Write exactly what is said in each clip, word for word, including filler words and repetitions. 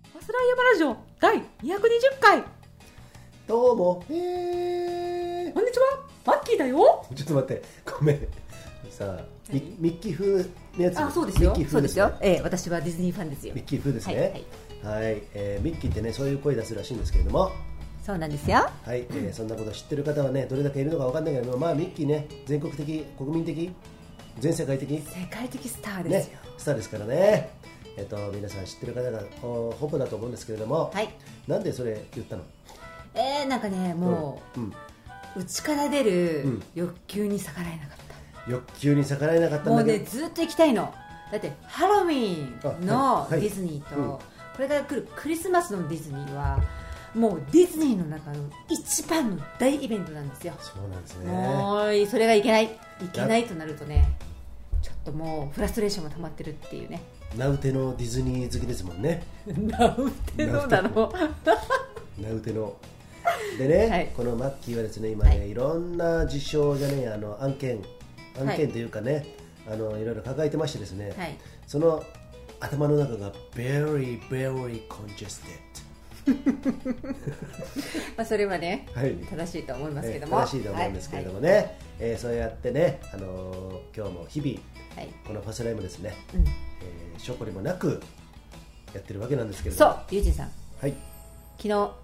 ファスライヤマラジオだいにひゃくにじゅっかい。 どうも、えー、 こんにちは、マッキーだよ。 ちょっと待って、ごめんさあ、ミ, ミッキー風のやつ。 あ、そうですよ、 ミッキー風そうですよ、えー、私はディズニーファンですよ。 ミッキー風ですね。 はい、 はいはい、えー、ミッキーってね、そういう声出すらしいんですけれども、 そうなんですよ。 はい、えー、そんなこと知ってる方はね、どれだけいるのかわかんないけど、まあミッキーね、全国的、国民的、全世界的、 世界的スターですよ、 ね、スターですからね。えっと、皆さん知ってる方がほぼだと思うんですけれども、 はい、 なんでそれ言ったの？ えー、なんかね、もう、うんうん、内から出る欲求に逆らえなかった、 うん、欲求に逆らえなかったんだけど、 もうね、ずっと行きたいの。だってハロウィーンのディズニーと、はいはい、うん、これから来るクリスマスのディズニーはもうディズニーの中の一番の大イベントなんですよ。 そうなんですね。 もうそれがいけないいけないとなるとね、ちょっともうフラストレーションが溜まってるっていうね。 ナウテのディズニー好きですもんね。 ナウテのなのナウテのでね、はい、このマッキーはですね、今ね、はい、いろんな事象じゃね、あの案件案件というかね、はい、あのいろいろ抱えてましてですね、はい、その頭の中が very very congested まあそれはね、はい、正しいと思いますけども、 正しいと思うんですけれどもね、はいはい、えー、そうやってね、あのー、今日も日々、はい、このファスライムですね、うん、えー、しょこりもなくやってるわけなんですけれども、 そう、ゆうじんさん、 はい、 昨日、はい、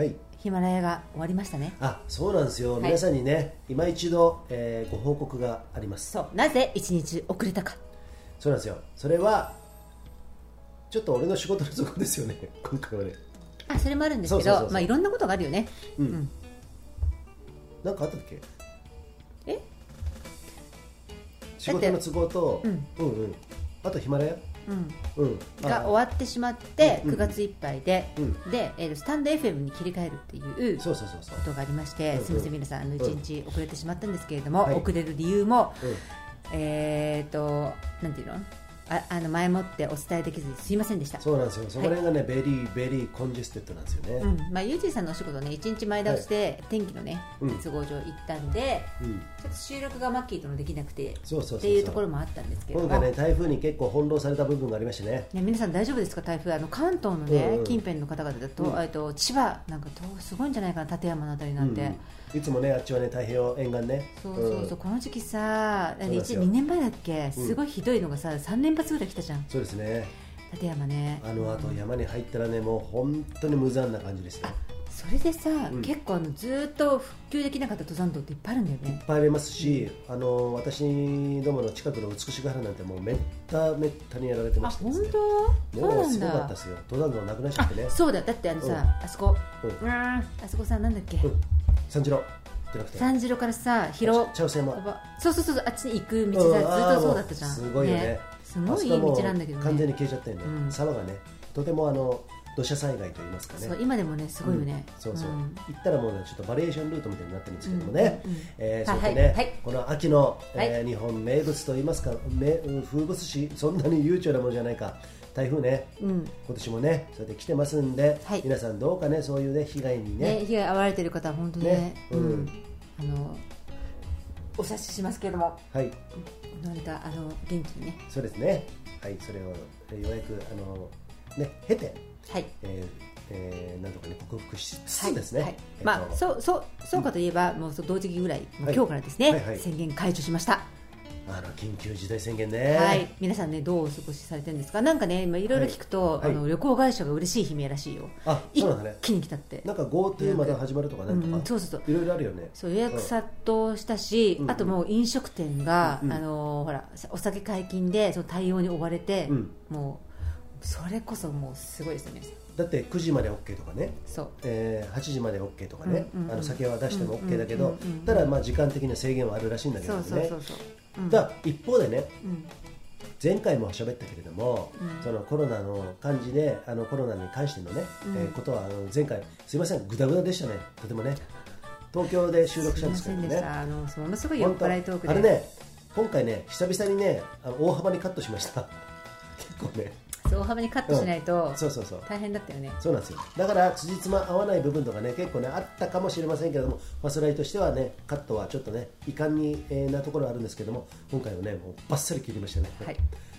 ヒマラヤが終わりましたね。 あ、そうなんですよ、はい、皆さんにね、今一度、えー、ご報告があります。 そう、なぜいちにち遅れたか。 そうなんですよ、それはちょっと俺の仕事の都合ですよね今回はね。 あ、それもあるんですけど、まあいろんなことがあるよね。うん、うん、 なんかあったっけ？ え？ 仕事の都合と、うん、うんうん、あとヒマラヤ、 うんうん、が終わってしまって、うん、くがついっぱいで、うん、で、えー、スタンド エフエム に切り替えるっていうことがありまして、すみません皆さん、あのいちにち遅れてしまったんですけれども、うん、遅れる理由も、うん、えっとなんていうの、ああの前もってお伝えできずすいませんでした。 そうなんですよ、そこら辺がね、はい、ベリーベリーコンジェステッドなんですよね。うん、 まあ、ユージーさんのお仕事ね、いちにちまえ倒して、はい、天気のね、うん、都合上行ったんで、うん、ちょっと収録がマッキーとのできなくてそうそうそうそうっていうところもあったんですけど、 今回ね、台風に結構翻弄された部分がありましてね。 ね、皆さん大丈夫ですか、台風。あの関東のね、うんうん、近辺の方々だと、うん、と千葉なんかとすごいんじゃないかな、館山のあたりなんて、うんうん、いつもね、あっちはね、太平洋沿岸ね、 そうそうそう、うん、この時期さ、いち、にねんまえだっけ、すごいひどいのがさ、さんれんぱつぐらい来たじゃん。 そうですね、 立山ね、 あのあと山に入ったらね、もう本当に無残な感じですね。 それでさ、うん、結構あのずっと復旧できなかった登山道っていっぱいあるんだよね。 いっぱいありますし、うん、あの私どもの近くの美しが原なんてもうめっためったにやられてましたですね。 あ、本当？ もうすごかったですよ、登山道なくなっちゃってね。 あ、そうだ、だってあのさ、うん、あそこ、うん、あそこさ、なんだっけ、うん、 三次郎三次郎からさ、広茶臼山、 そうそうそう、あっちに行く道がずっとそうだったじゃん。 すごいよね、ね、 すごいいい道なんだけどね、 完全に消えちゃったよね、うん、沢がね、とてもあの土砂災害といいますかね。 そう、今でもね、すごいよね、 うん、そうそう、うん、行ったらもう、ね、ちょっとバリエーションルートみたいになってるんですけどもね、うんうんうん、えー、そうやってね、はいはい、この秋の、えー、日本名物といいますか、風物詩、そんなに悠長なものじゃないか、台風ね、うん、今年もね、そうやって来てますんで、はい、皆さんどうかね、そういうね、被害にね、 ね、被害遭われている方は本当にね、ね、うんうん、あのお察ししますけれども、はい、何かあの元気にね、 そうですね、はい、それをようやくあのね、経て、はい、えーえー、なんとかね、克服しつつですね、はいはい、えー、 まあ、そうそうそうかといえば、うん、もう同時期ぐらい、もう今日からですね、はいはいはい、宣言解除しました。 あの緊急事態宣言ね、 はい、皆さんね、どうお過ごしされてるんですか。なんかね、今いろいろ聞くと、はい、あの旅行会社が嬉しい悲鳴らしいよ。 あ、そうなんだね、 一気に来たって、 なんか GoTo まだ始まるとかなんとか、うん、そうそうそう、いろいろあるよね。 そう、予約殺到したし、うん、あともう飲食店が、うん、あのほらお酒解禁でその対応に追われて、うん、もうそれこそもうすごいですよね。 だってくじまで OK とかね、そう、えー、はちじまで OK とかね、うんうんうん、あの酒は出しても OK だけど、うんうんうんうん、ただまあ時間的な制限はあるらしいんだけどね。そうそうそうそう、うん、だ一方でね、うん、前回も喋ったけれども、うん、そのコロナの感じで、あのコロナに関してのね、うん、えー、ことはあの前回すいません、グダグダでしたね、とてもね。東京で収録したんですけどね、 あのものすごい酔っ払いトークで、 あれね、今回ね、久々にね、あの大幅にカットしました結構ね、 大幅にカットしないと大変だったよね。 そうなんですよ。だから辻褄合わない部分とかね、結構ねあったかもしれませんけれども、ファスライとしてはね、カットはちょっとね遺憾になところはあるんですけども、今回はねもうバッサリ切りましたね。はい、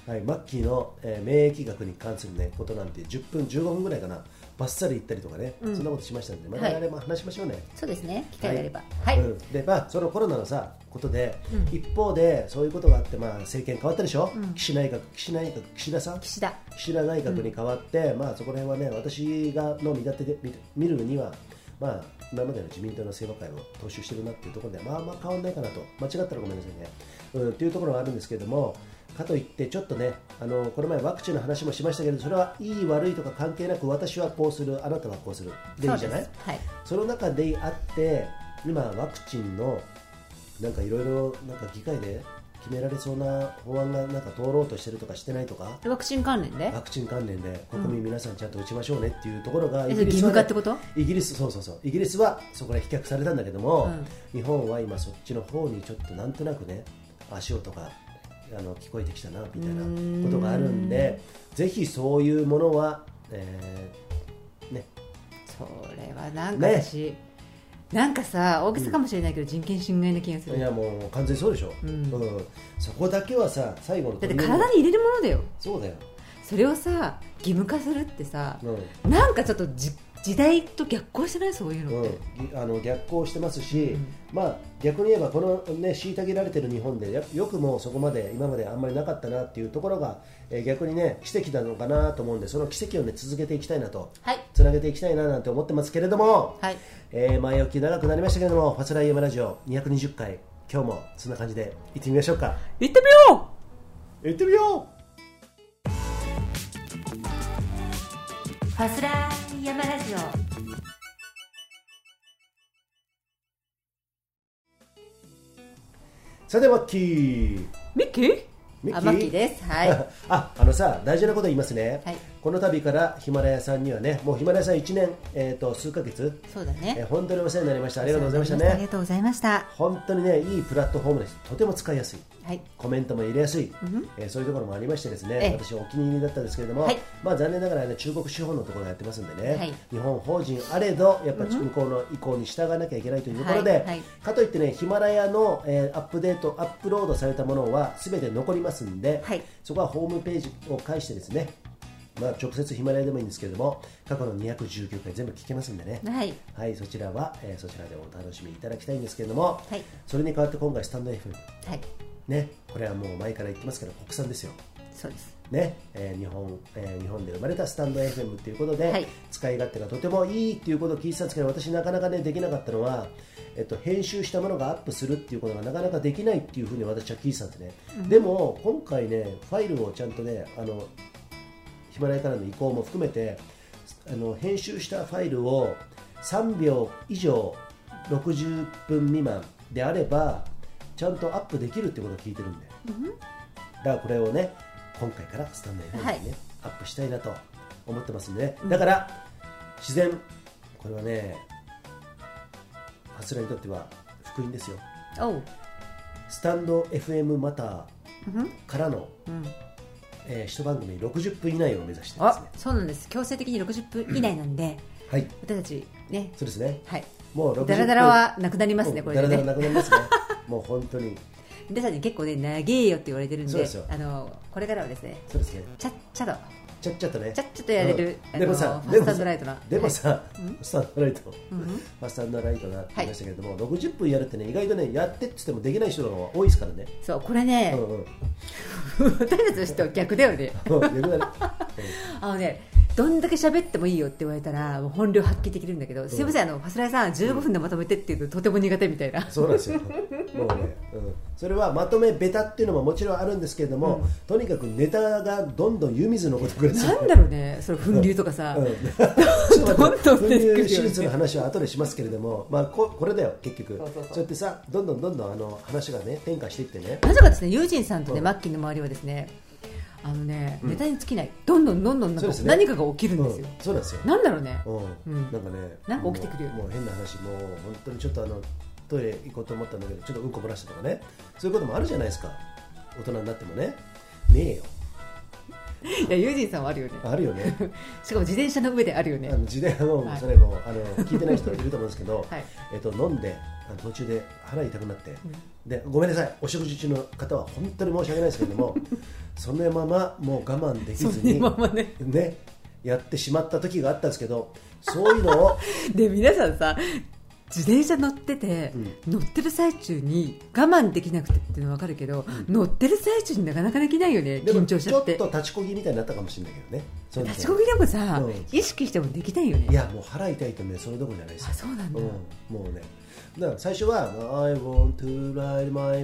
はい、マッキーの、えー、免疫学に関する、ね、ことなんてじゅっぷんじゅうごふんぐらいかなバッサリ言ったりとかね、うん、そんなことしましたのでまたあれも話しましょうね、はい、 そうですね機会があればはい、 はいうん、でまあそのコロナのさことで、うん、一方でそういうことがあって、まあ、政権変わったでしょ、うん、岸内閣岸内閣岸田さん岸田岸田内閣に変わって、うん、まあそこら辺はね私がの見立てで 見, 見るにはまあ今までの自民党の政和会を踏襲してるなっていうところでまあまあ変わらないかなと間違ったらごめんなさいね、うん、っていうところがあるんですけれどもかといってちょっとねあのこの前ワクチンの話もしましたけどそれはいい悪いとか関係なく私はこうするあなたはこうするでいいじゃない そ,、はい、その中であって今ワクチンのなんかいろいろ議会で決められそうな法案がなんか通ろうとしてるとかしてないとかワクチン関連でワクチン関連で国民皆さんちゃんと打ちましょうねっていうところが、うん、 イギリスは、ね、義務化ってことイギリスそうそうそうイギリスはそこで飛脚されたんだけども、うん、日本は今そっちの方にちょっとなんとなくね足音があの聞こえてきたなみたいなことがあるんでぜひそういうものは、えー、ねそれはなんか私、ね、なんかさ大げさかもしれないけど、うん、人権侵害な気がする。 いやもう完全にそうでしょ、うんうん、そこだけはさ最後のだって体に入れるものだよ。 そうだよ。それをさ義務化するってさ、うん、なんかちょっとじ時代と逆行してないそういうのって、 うん、あの逆行してますし、うんまあ、逆に言えばこの、ね、虐げられてる日本で よ, よくもそこまで今まであんまりなかったなっていうところが、えー、逆にね奇跡なのかなと思うんでその奇跡を、ね、続けていきたいなと、はい、つなげていきたいななんて思ってますけれども、はいえー、前置き長くなりましたけれどもファスライヤマラジオにひゃくにじゅっかい今日もそんな感じで行ってみましょうか。 行ってみよう行ってみようファスライヤマラジオ。 さてマッキーミッキーミッキーあマッキーです、はい、 あ, あのさ大事なこと言いますね、はい、この度からヒマラヤさんにはねもうヒマラヤさんいちねん、えー、と数ヶ月そうだね、 えー、本当にお世話になりました。ありがとうございましたね。 ありがとうございました。 本当にねいいプラットフォームです。とても使いやすい、はい、コメントも入れやすい、うんえー、そういうところもありましてですね私お気に入りだったんですけれども、はい、まあ残念ながら、ね、中国資本のところがやってますんでね、はい、日本法人あれどやっぱり向こうの意向に従わなきゃいけないというところで、はいはい、かといってねヒマラヤの、えー、アップデートアップロードされたものは全て残りますんで、はい、そこはホームページを介してですねまあ、直接ヒマラヤでもいいんですけれども過去のにひゃくじゅうきゅうかい全部聞けますんでね、はいはい、そちらは、えー、そちらでお楽しみいただきたいんですけれども、はい、それに代わって今回スタンド エフエム、はいね、これはもう前から言ってますけど国産ですよ。 そうですねえー 日本えー、日本で生まれたスタンド エフエム ということで、はい、使い勝手がとてもいいということを聞いてたんですけど私なかなか、ね、できなかったのは、えっと、編集したものがアップするっていうことがなかなかできないっていうふうに私は聞いてたんですね、うん、でも今回ねファイルをちゃんとねあのヒマラヤからの移行も含めてあの編集したファイルをさんびょう以上ろくじゅっぷん未満であればちゃんとアップできるってことを聞いてるんで、うん、だからこれをね今回からスタンド エフエム にね、はい、アップしたいなと思ってますんでね、うん、だから自然これはねファスラにとっては福音ですよ。スタンド エフエム マターからの、うんうんえー、一番組ろくじゅっぷん以内を目指してますね。 あ、そうなんです。強制的にろくじゅっぷん以内なんで、うん、はい、私たちね、 そうですね。 はい。もうろくじゅっぷんダラダラはなくなりますね。これでね。 ダラダラなくなりますね。もう本当に。 皆さんに結構ね長えよって言われてるんで、そうですよ。あのこれからはですね、 そうですね。 ちゃっちゃと。 ちゃっちゃとね。 ちゃっちゃとやれる。 うん、でもさ、 ファスタンドライトな。 でもさ、はい、スタンドライト、うん、ファスタンドライトなって言いましたけれども、はい、ろくじゅっぷんやるってね意外とねやってって言ってもできない人が多いですからね。 そうこれね。うんうん私たちの人は逆だよね。逆だね。うん、あのね、どんだけ喋ってもいいよって言われたらもう本領発揮できるんだけど、うん、すいませんあのファスライさんじゅうごふんでまとめてっていうととても苦手みたいな。 そうなんですよ。もうね、うん、それはまとめベタっていうのももちろんあるんですけれども、うん、とにかくネタがどんどん湯水のごとくです。 なんだろうね、それ粉流とかさ、うんうん、どんどん出てくるよね。 手術の話は後でしますけれども、まあここれだよ結局。そうそうそう。そうやってさどんどんどんどんあの話がね転化していってね。 なぜかですねユージンさんとね、うん、マッキーの周りはですね。あのね、ネタに尽きない、どんどんどんどんなんか何かが起きるんですよ。 うん、そうなんですよ。 なんだろうね。 うん、なんかね、 なんか起きてくるよ。 もう変な話、もう本当にちょっとあのトイレ行こうと思ったんだけど、ちょっとうんこ漏らしたとかね、そういうこともあるじゃないですか。大人になってもね、ねえよ。 いやユージンさんはあるよね。 あるよね。 しかも自転車の上であるよね。 あの自転車もそれも、はい、あの聞いてない人いると思うんですけど、はい、えっと飲んであの途中で腹痛くなって、うん、でごめんなさいお食事中の方は本当に申し訳ないですけれどもそのままもう我慢できずにまま、ねね、やってしまった時があったんですけど、そういうのをで皆さんさ自転車乗ってて、うん、乗ってる最中に我慢できなくてっていうのは分かるけど、うん、乗ってる最中になかなかできないよね。緊張しちゃってちょっと立ちこぎみたいになったかもしれないけどね。 立ちこぎでもさ、うん、意識してもできないよね。 いやもう腹痛いとねそれどころじゃないですよ。 あそうなんだ、うん、 もうねだから最初は I want to ride my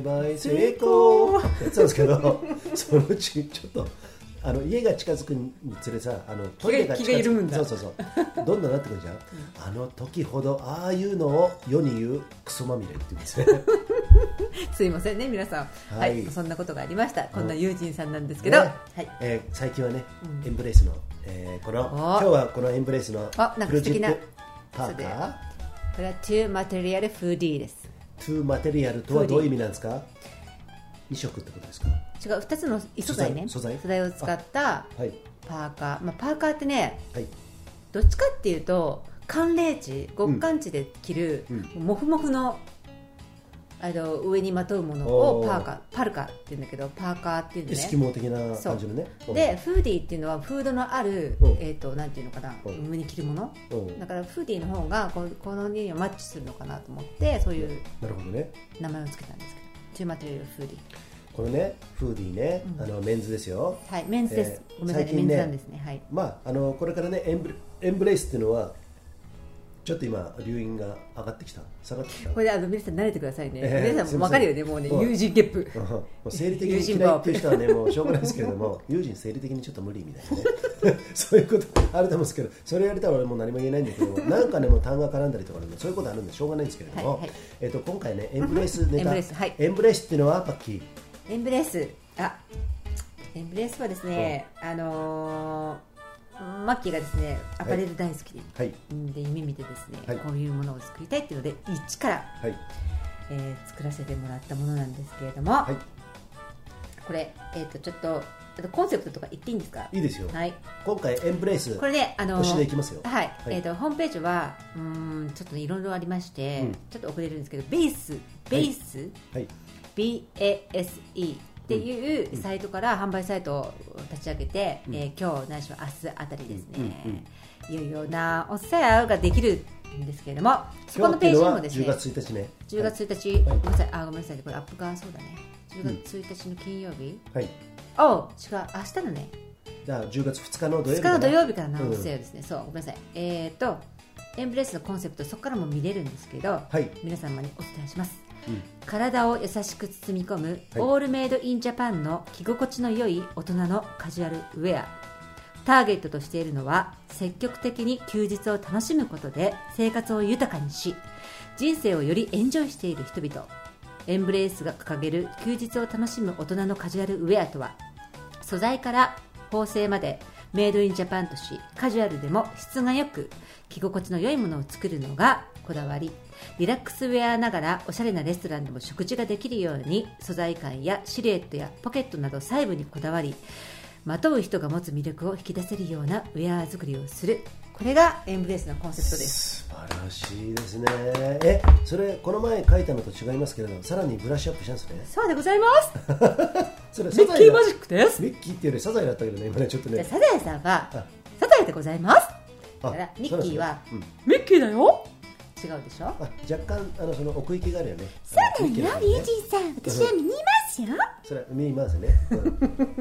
bicycle ってやってたんですけどそのうちちょっとあの家が近づくにつれさあのトイレが近づくそうそうそうどんどんなってくるじゃん、うん、あの時ほどああいうのを世に言うクソまみれって言うんですねすいませんね皆さん、はいはい、そんなことがありました。こんなユージンさんなんですけど、ねはいえー、最近はね、うん、エンブレイスの、えー、この今日はこのエンブレイスのプロジェクトパーカーこれは To Material Foodie です。 To Material とはどういう意味なんですか？に色ってことですか？ 違うふたつの異素材ね素材素材を使ったパーカー、まあ、パーカーってね、 はい、 どっちかっていうと寒冷地極寒地で着る、うん、モフモフの、あの上にまとうものをパーカーパルカっていうんだけどパーカーっていうんでね、 エスキモー的な感じのね。 でフーディーっていうのはフードのある、えー、となんていうのかな上に着るものだからフーディーの方がここのにマッチするのかなと思ってそういう名前をつけたんですけど、チューマテリアルフーディーこれねフーディーね、うん、あのメンズですよ。 はいメンズです、えー、ごめんなさいね、メンズなんですね。はい。 まああのこれからねエンブレ、エンブレイスっていうのはちょっと今流飲が上がってきた下がってきた。 これあの皆さん慣れてくださいね。えー、皆さんも分かるよねもうね友人ゲップ。 もう生理的に嫌いっていう人はねもうしょうがないですけれども友人生理的にちょっと無理みたいなねそういうことあると思うんですけどそれやりたら俺もう何も言えないんだけどなんかねもう単が絡んだりとかねそういうことあるんでしょうがないんですけれども、はいはい、えー、と今回ねエンブレイスネタエンブレイス、はい、エンブレイスっていうのはパッキーエンブレイスあエンブレイスはですね、あのー、マッキーがですねアパレル大好きで、はい、で夢見てですね、はい、こういうものを作りたいっていうので一から、はい、えー、作らせてもらったものなんですけれども、はい、これ、えー、とちょっとコンセプトとか言っていいんですか？ いいですよ、 はい、 今回エンブレイスこれね、あのー、 星でいきますよ。 はい、はい、えー、とホームページはうーんちょっといろいろありまして、うん、ちょっと遅れるんですけどベースベース、はいはい、ビーエーエスイーっていうサイトから販売サイトを立ち上げて、うん、えー、今日ないしは明日あたりですね、うんうん、いよいよなお世話ができるんですけれども、そこのページにもですねじゅうがつついたちねじゅうがつついたち、はい、ごめんなさいあごめんなさいこれアップがそうだねじゅうがつついたちの金曜日、うん、はいおう違う明日のねじゃあじゅうがつふつかの土曜日ふつかの土曜日からなお世話ですね、うん、そうごめんなさいえっ、ー、とエンブレスのコンセプトそこからも見れるんですけど、はい、皆様にお伝えします。うん、体を優しく包み込む、はい、オールメイドインジャパンの着心地の良い大人のカジュアルウェア。ターゲットとしているのは積極的に休日を楽しむことで生活を豊かにし人生をよりエンジョイしている人々。エンブレイスが掲げる休日を楽しむ大人のカジュアルウェアとは、素材から縫製までメイドインジャパンとしカジュアルでも質が良く着心地の良いものを作るのがこだわり、リラックスウェアながらおしゃれなレストランでも食事ができるように素材感やシルエットやポケットなど細部にこだわり、まとう人が持つ魅力を引き出せるようなウェア作りをする、これがエンブレイスのコンセプトです。 素晴らしいですね。えそれこの前書いたのと違いますけれどさらにブラッシュアップしたんですね。 そうでございますそれミッキーマジックです。 ミッキーっていうよりサザエだったけどね今ねちょっとねサザエさんはサザエでございます。だからミッキーは、うん、ミッキーだよ。違うでしょ。あ若干あのその奥行きがあるよね。 そうなのよリージーさん、私は見ますよ。 それは見ますね、うん、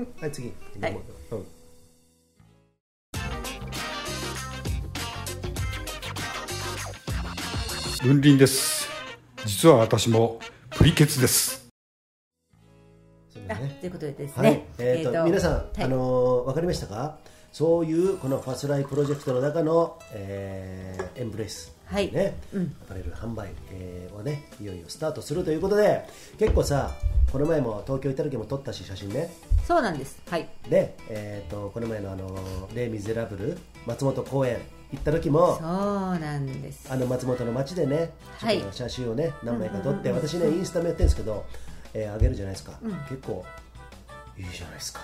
はい次、はい、うん、 文林です。実は私もプリケツです。 あということでですね、はい、えーとえーと皆さん、はい、あのー、分かりましたか？そういうこのファスライプロジェクトの中の、えー、エンブレイス、はいね、うん、アパレル販売、えー、をねいよいよスタートするということで、結構さこの前も東京行った時も撮ったし写真ね。 そうなんです。はい。 で、えー、とこの前のあのレイ・ミゼラブル松本公演行った時もそうなんです。 あの松本の街でね、はい、写真をね何枚か撮って、私ねインスタもやってるんですけど、えー、上げるじゃないですか、うん、結構いいじゃないですか。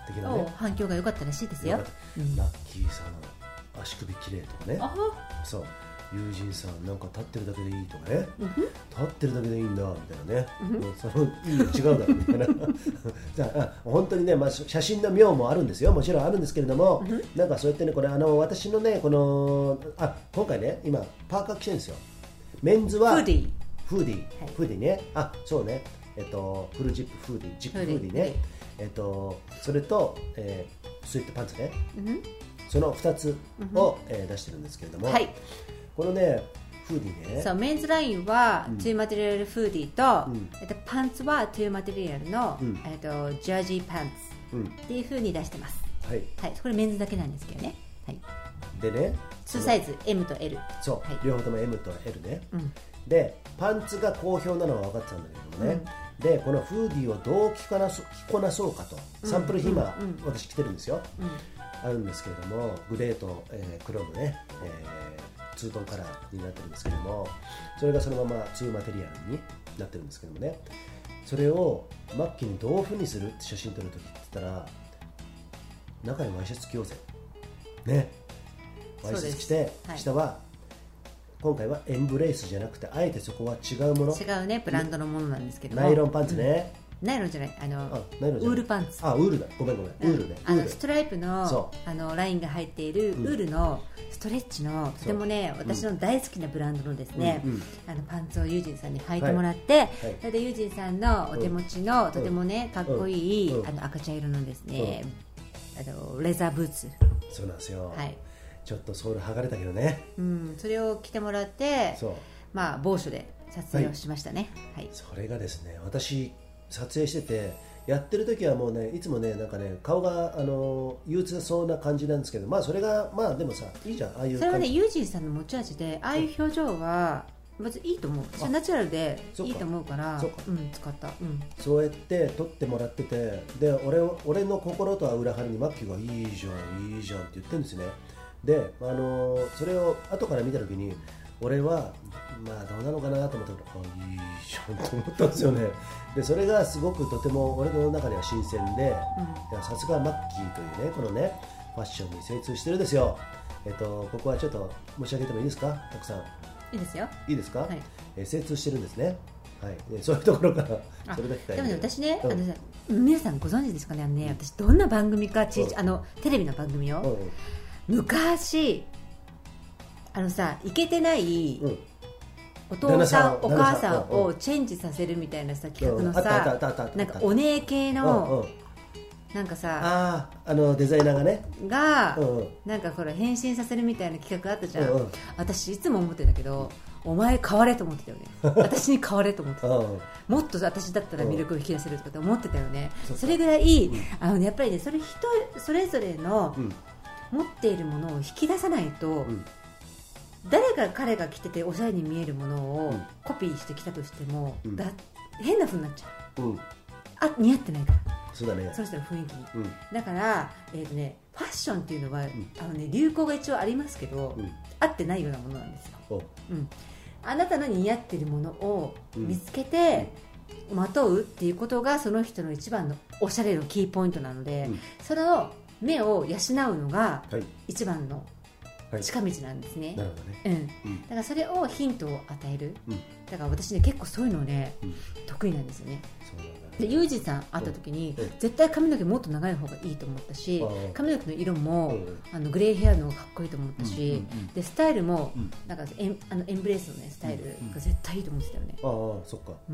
的なね、 反響が良かったらしいですよ。 うん、ラッキーさんの足首きれいとかね、そう友人さんなんか立ってるだけでいいとかね、うん、立ってるだけでいいんだみたいなね、うん、そのいいの違うだろみたいなじゃあ本当にね、まあ、写真の妙もあるんですよ、もちろんあるんですけれども、うん、なんかそうやってね、これあの私のねこのあ今回ね今パーカー着てるんですよ。メンズはフーディーフーディー、はい、フーディーね、あそうね、えっとフルジップフーディージップフーディーね、えっとそれと、えー、スウェットパンツね、うん、そのふたつを、うんえー、出してるんですけれども、はい、このねフーディーね、 そうメンズラインは、うん、トゥーマテリアルフーディーと、うんえっと、パンツはトゥーマテリアルの、うんえっと、ジャージーパンツ、うん、っていう風に出してます、はいはい、これメンズだけなんですけどね、はい、 でねにサイズ エム と エルそう、はい、両方とも エム と エル ね、うん、でパンツが好評なのは分かってたんだけどもね、うん、でこのフーディーをどう着こなそ着こなそうかとサンプル今、うんうんうん、私着てるんですよ、うん、あるんですけれどもグレーと、えー、黒のね、えー、ツートンカラーになってるんですけども、それがそのままツーマテリアルになってるんですけどもね、それをマッキーにどういうふうにするって写真撮るときって言ったら中にワイシャツ着ようぜね、ワイシャツ着て、はい、下は今回はエンブレイスじゃなくてあえてそこは違うもの、 違うねブランドのものなんですけども、 ナイロンパンツね、 うん、ナイロンじゃないあのあナイロンじゃないウールパンツ、 あウールだごめんごめん、うん、ウールね、 あのストライプのあのラインが入っているウールのストレッチの、うん、とてもね私の大好きなブランドのですね、うんうん、あのパンツをユージンさんに履いてもらって、はいはい、それでユージンさんのお手持ちの、うん、とてもねかっこいい、うん、あの赤茶色のですね、うん、あのレザーブーツ、 そうなんですよ、はい、ちょっとソール剥がれたけどね、 うん、それを着てもらって、そうまあ某所で撮影をしましたね、はいはい、 それがですね私撮影しててやってる時はもうねいつもねなんかね顔があの憂鬱そうな感じなんですけど、まあそれがまあでもさいいじゃん、ああいうそれはねユージンさんの持ち味でああいう表情は別にいいと思う、それナチュラルでいいと思うからそうか、うん、使った、うん、 そうやって撮ってもらってて、で 俺, 俺の心とは裏腹にマッキーがいいじゃんいいじゃんって言ってるんですね。で、あのー、それを後から見た時に俺はまあどうなのかなと思ったらあいいじゃんと思ったんですよね。でそれがすごくとても俺の中では新鮮で、さすがマッキーというねこのねファッションに精通してるんですよ。えっとここはちょっと申し上げてもいいですか、たくさんいいですよ。 いいですか、はい、えー、精通してるんですね。はい、そういうところからそれだけでもね私ね、うん、あの皆さんご存知ですかね、あのね、私どんな番組かち、うん、あのテレビの番組を、うんうん、昔あのさイケてない、うん、お父さんお母さんをチェンジさせるみたいなさ企画のさ、なんかお姉系の、うん、なんかさああのデザイナーがねが、うんうん、なんかこれ変身させるみたいな企画あったじゃん、うんうん、私いつも思ってるんだけど、お前変われと思ってたよね私に変われと思ってたもっと私だったら魅力を引き出せるとかって思ってたよね。 そ, それぐらい、うん、あのね、やっぱりねそれ人それぞれの持っているものを引き出さないと、うん、誰が彼が着てておしゃれに見えるものをコピーしてきたとしても、うん、だ変な風になっちゃう、うん、あ似合ってないからそうだね、 そうしたら雰囲気に、うん、だから、えーとね、ファッションっていうのは、うん、あのね、流行が一応ありますけど、うん、合ってないようなものなんですよ、うん、あなたの似合ってるものを見つけて、うん、まとうっていうことがその人の一番のおしゃれのキーポイントなので、うん、その目を養うのが一番の近道なんですね、はい、なるほどね、うん、だからそれをヒントを与える、うん、だから私ね結構そういうのね、うん、得意なんですよね。そうなんだね。でユージさん会った時に、うん、絶対髪の毛もっと長い方がいいと思ったし、うん、髪の毛の色も、うん、あのグレーヘアの方がかっこいいと思ったし、うんうんうん、でスタイルも、うん、なんかエンあのエンブレースの、ね、スタイルが絶対いいと思ってたよね、 うんうん、ああそっか、うんうん、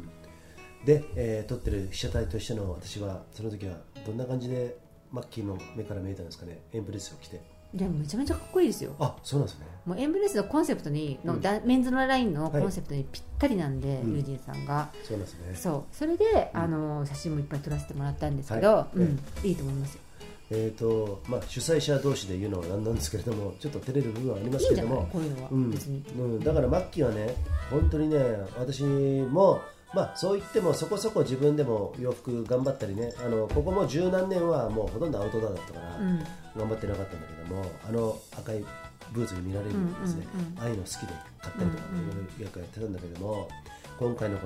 で、えー、撮ってる被写体としての私はその時はどんな感じでマッキーの目から見えたんですかね。エンブレスを着てでもめちゃめちゃかっこいいですよ。 あ、そうなんですね。 もうエンブレスのコンセプトにの、うん、メンズのラインのコンセプトにぴったりなんで、はい、ユージンさんが、 うん、そうなんですね。 そうそれで、うん、あの写真もいっぱい撮らせてもらったんですけど、はい、うん、いいと思いますよ。 えーとまあ、主催者同士で言うのはなんなんですけれどもちょっと照れる部分はありますけれども、いいんじゃないこういうのは、うん、別に、うん、だからマッキーはね本当にね私もまあ、そう言ってもそこそこ自分でも洋服頑張ったりね、あのここも十何年はもうほとんどアウトドアだったから、うん、頑張ってなかったんだけども、あの赤いブーツに見られるんですね、うんうんうん、ああいうの好きで買ったりとかいろいろやってたんだけども、今回のこの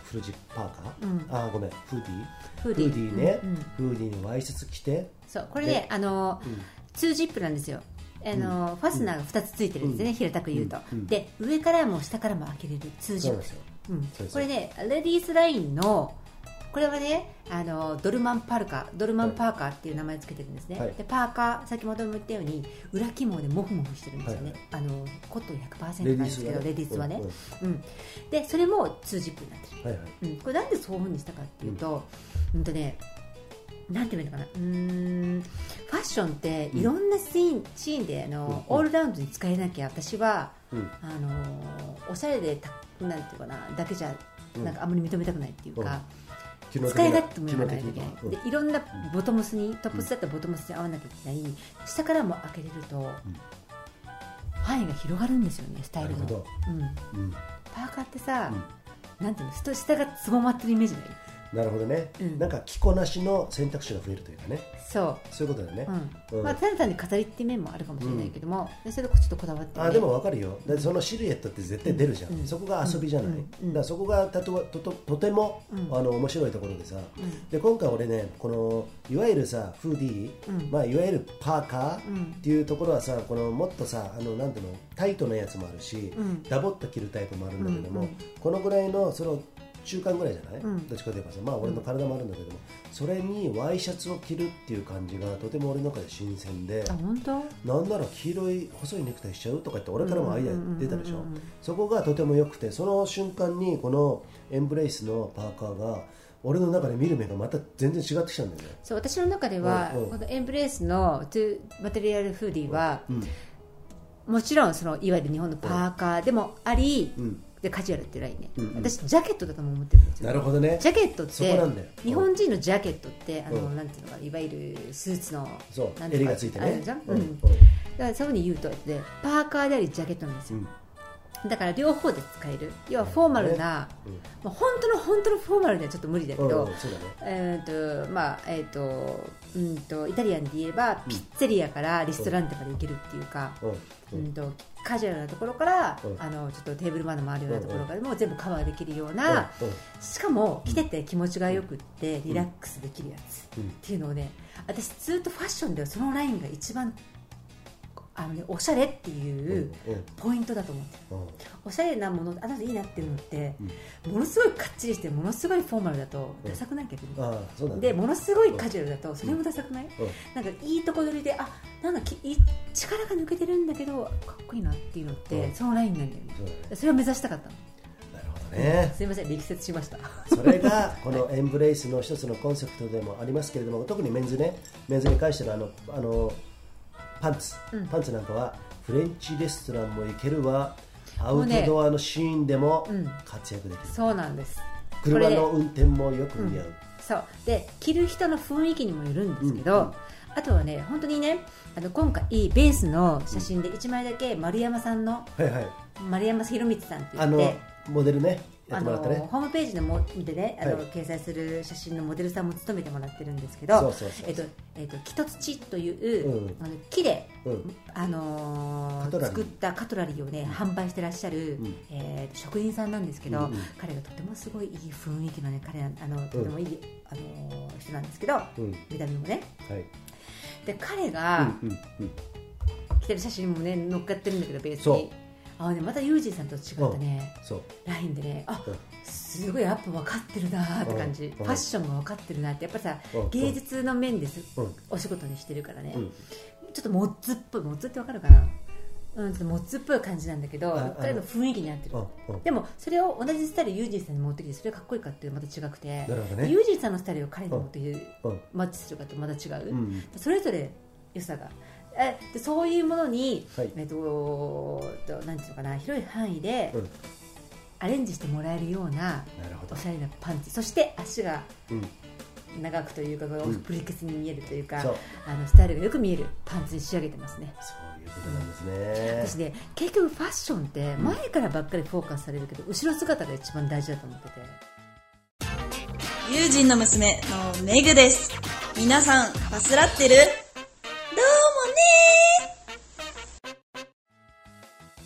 フルジッパーカー、うん、あごめんフーディーフーディー、 フーディーね、うんうん、フーディーにワイシャツ着て、 そうこれねあの、うん、ツージップなんですよ。あの、うん、ファスナーがふたつついてるんですね、うん、平たく言うと、うん、で上からも下からも開けれるツージップ、うん、これねレディースラインのこれはねあのドルマンパルカドルマンパーカーっていう名前つけてるんですね、はい、でパーカー先ほども言ったように裏起毛でモフモフしてるんですよね、はい、あのコットン ひゃくパーセント なんですけどレディースはね、うんうん、でそれもツージップになってる、はいはいうん、これなんでそういう風にしたかっていうと、うん、うんとねなんていうのかなうーんファッションっていろんなシーン、うん、シーンであの、うん、オールラウンドに使えなきゃ私は、うん、あのおしゃれでたなんていうかなだけじゃなんかあんまり認めたくないっていうか、うん、使い勝手もやらないといけない、うん、でいろんなボトムスにトップスだったらボトムスに合わなきゃいけない、うん、下からも開けれると、うん、範囲が広がるんですよねスタイルの、うんうん、パーカーってさ、うん、なんていうの下がつぼまってるイメージないなるほどね、うん、なんか着こなしの選択肢が増えるというかねそうそういうことだよね、 うんうんまあ、ただ単に飾りっていう面もあるかもしれないけども、うん、それでちょっとこだわって、ね、 あでも分かるよでそのシルエットって絶対出るじゃん、うん、そこが遊びじゃない、うん、だからそこがたととととても、うん、あの面白いところでさ、うん、で今回俺ねこのいわゆるさフーディー、うんまあ、いわゆるパーカーっていうところはさこのもっとさあのなんていうのタイトなやつもあるし、うん、ダボっと着るタイプもあるんだけども、うんうん、このぐらいのその中間ぐらいじゃない、うん、どっちかというとさまあ俺の体もあるんだけども、うん、それにワイシャツを着るっていう感じがとても俺の中で新鮮であ本当なんなら黄色い細いネクタイしちゃうとか言って俺からもアイデア出たでしょそこがとても良くてその瞬間にこのエンブレイスのパーカーが俺の中で見る目がまた全然違ってきたんだよねそう私の中では、うんうん、このエンブレイスのトゥマテリアルフーディーは、うんうん、もちろんそのいわゆる日本のパーカーでもあり、うんでカジュアルってラインね、うんうん、私ジャケットだと思ってるんですよ。 なるほどね。 ジャケットって日本人のジャケットってあの、うん、なんていうのかいわゆるスーツのそう襟がついてね。 じゃん、うんうん、だからそういうふうに言うとでパーカーでありジャケットなんですよ。うん、だから両方で使える。要はフォーマルな、うんまあ、本当の本当のフォーマルではちょっと無理だけど、うんそうだね、えーとまあえーとうんとイタリアンで言えばピッツェリアからリストランテまで行けるっていうか。うんうんとカジュアルなところから、うん、あのちょっとテーブルマナーもあるようなところからも全部カバーできるような、うんうん、しかも着てて気持ちがよくってリラックスできるやつ、うん、っていうのをね私ずっとファッションではそのラインが一番あの、ね、おしゃれっていうポイントだと思って、うんうん、おしゃれなものあなたいいなっていうのって、うん、ものすごいかっちりしてものすごいフォーマルだとダサくないけど、ねうん、でものすごいカジュアルだとそれもダサくない、うん、なんかいいとこ取りであなんかき力が抜けてるんだけどかっこいいなっていうのって、うん、そのラインなんだよね、うん、それを目指したかったの。 なるほどね、 すいません力説しましたそれがこのエンブレイスの一つのコンセプトでもありますけれども特にメンズねメンズに関してのあのあのパンツ、うん、パンツなんかはフレンチレストランも行けるわアウトドアのシーンでも活躍できる、 うん、そうなんです車の運転もよく似合う、うん、 そうで着る人の雰囲気にもよるんですけど、うんうん、あとはね本当にねあの今回ベースの写真でいちまいだけ丸山さんの、うんはいはい、丸山宏光さんって言ってあのモデルねやってもらったね、 あのホームページでもでねあの、はい、掲載する写真のモデルさんも務めてもらってるんですけど木と土という、うん、あの木で、うんあのー、作ったカトラリーをね、うん、販売してらっしゃる、うんえー、職人さんなんですけど、うんうん、彼がとてもすごいいい雰囲気のね彼あのとてもいい、うんあのー、人なんですけど、うん、見た目もね、はい、で彼が、うんうんうん、着てる写真もね乗っかってるんだけどベースにあのね、またユージさんと違ったね、うん、ラインでねあ、うん、すごいやっぱ分かってるなって感じ、うん、ファッションが分かってるなってやっぱりさ、うん、芸術の面です、うん、お仕事にしてるからね、うん、ちょっとモッツっぽいモッツって分かるかな、うん、ちょっとモッツっぽい感じなんだけど彼の雰囲気に合ってる、うん、でもそれを同じスタイルユージさんに持ってきてそれがかっこいいかっていうのはまた違くて、ね、ユージさんのスタイルを彼に持ってきて、うん、マッチするかとまた違う、うん、それぞれ良さがえでそういうものに、はいえっと、なんていうのかな広い範囲でアレンジしてもらえるようなおしゃれなパンツそして足が長くというか、うん、プリケツに見えるというか、うん、あのスタイルがよく見えるパンツに仕上げてますね。 そういうことなんですね。 私ね結局ファッションって前からばっかりフォーカスされるけど、うん、後ろ姿が一番大事だと思ってて友人の娘のメグです。皆さんバスらってる？どうもね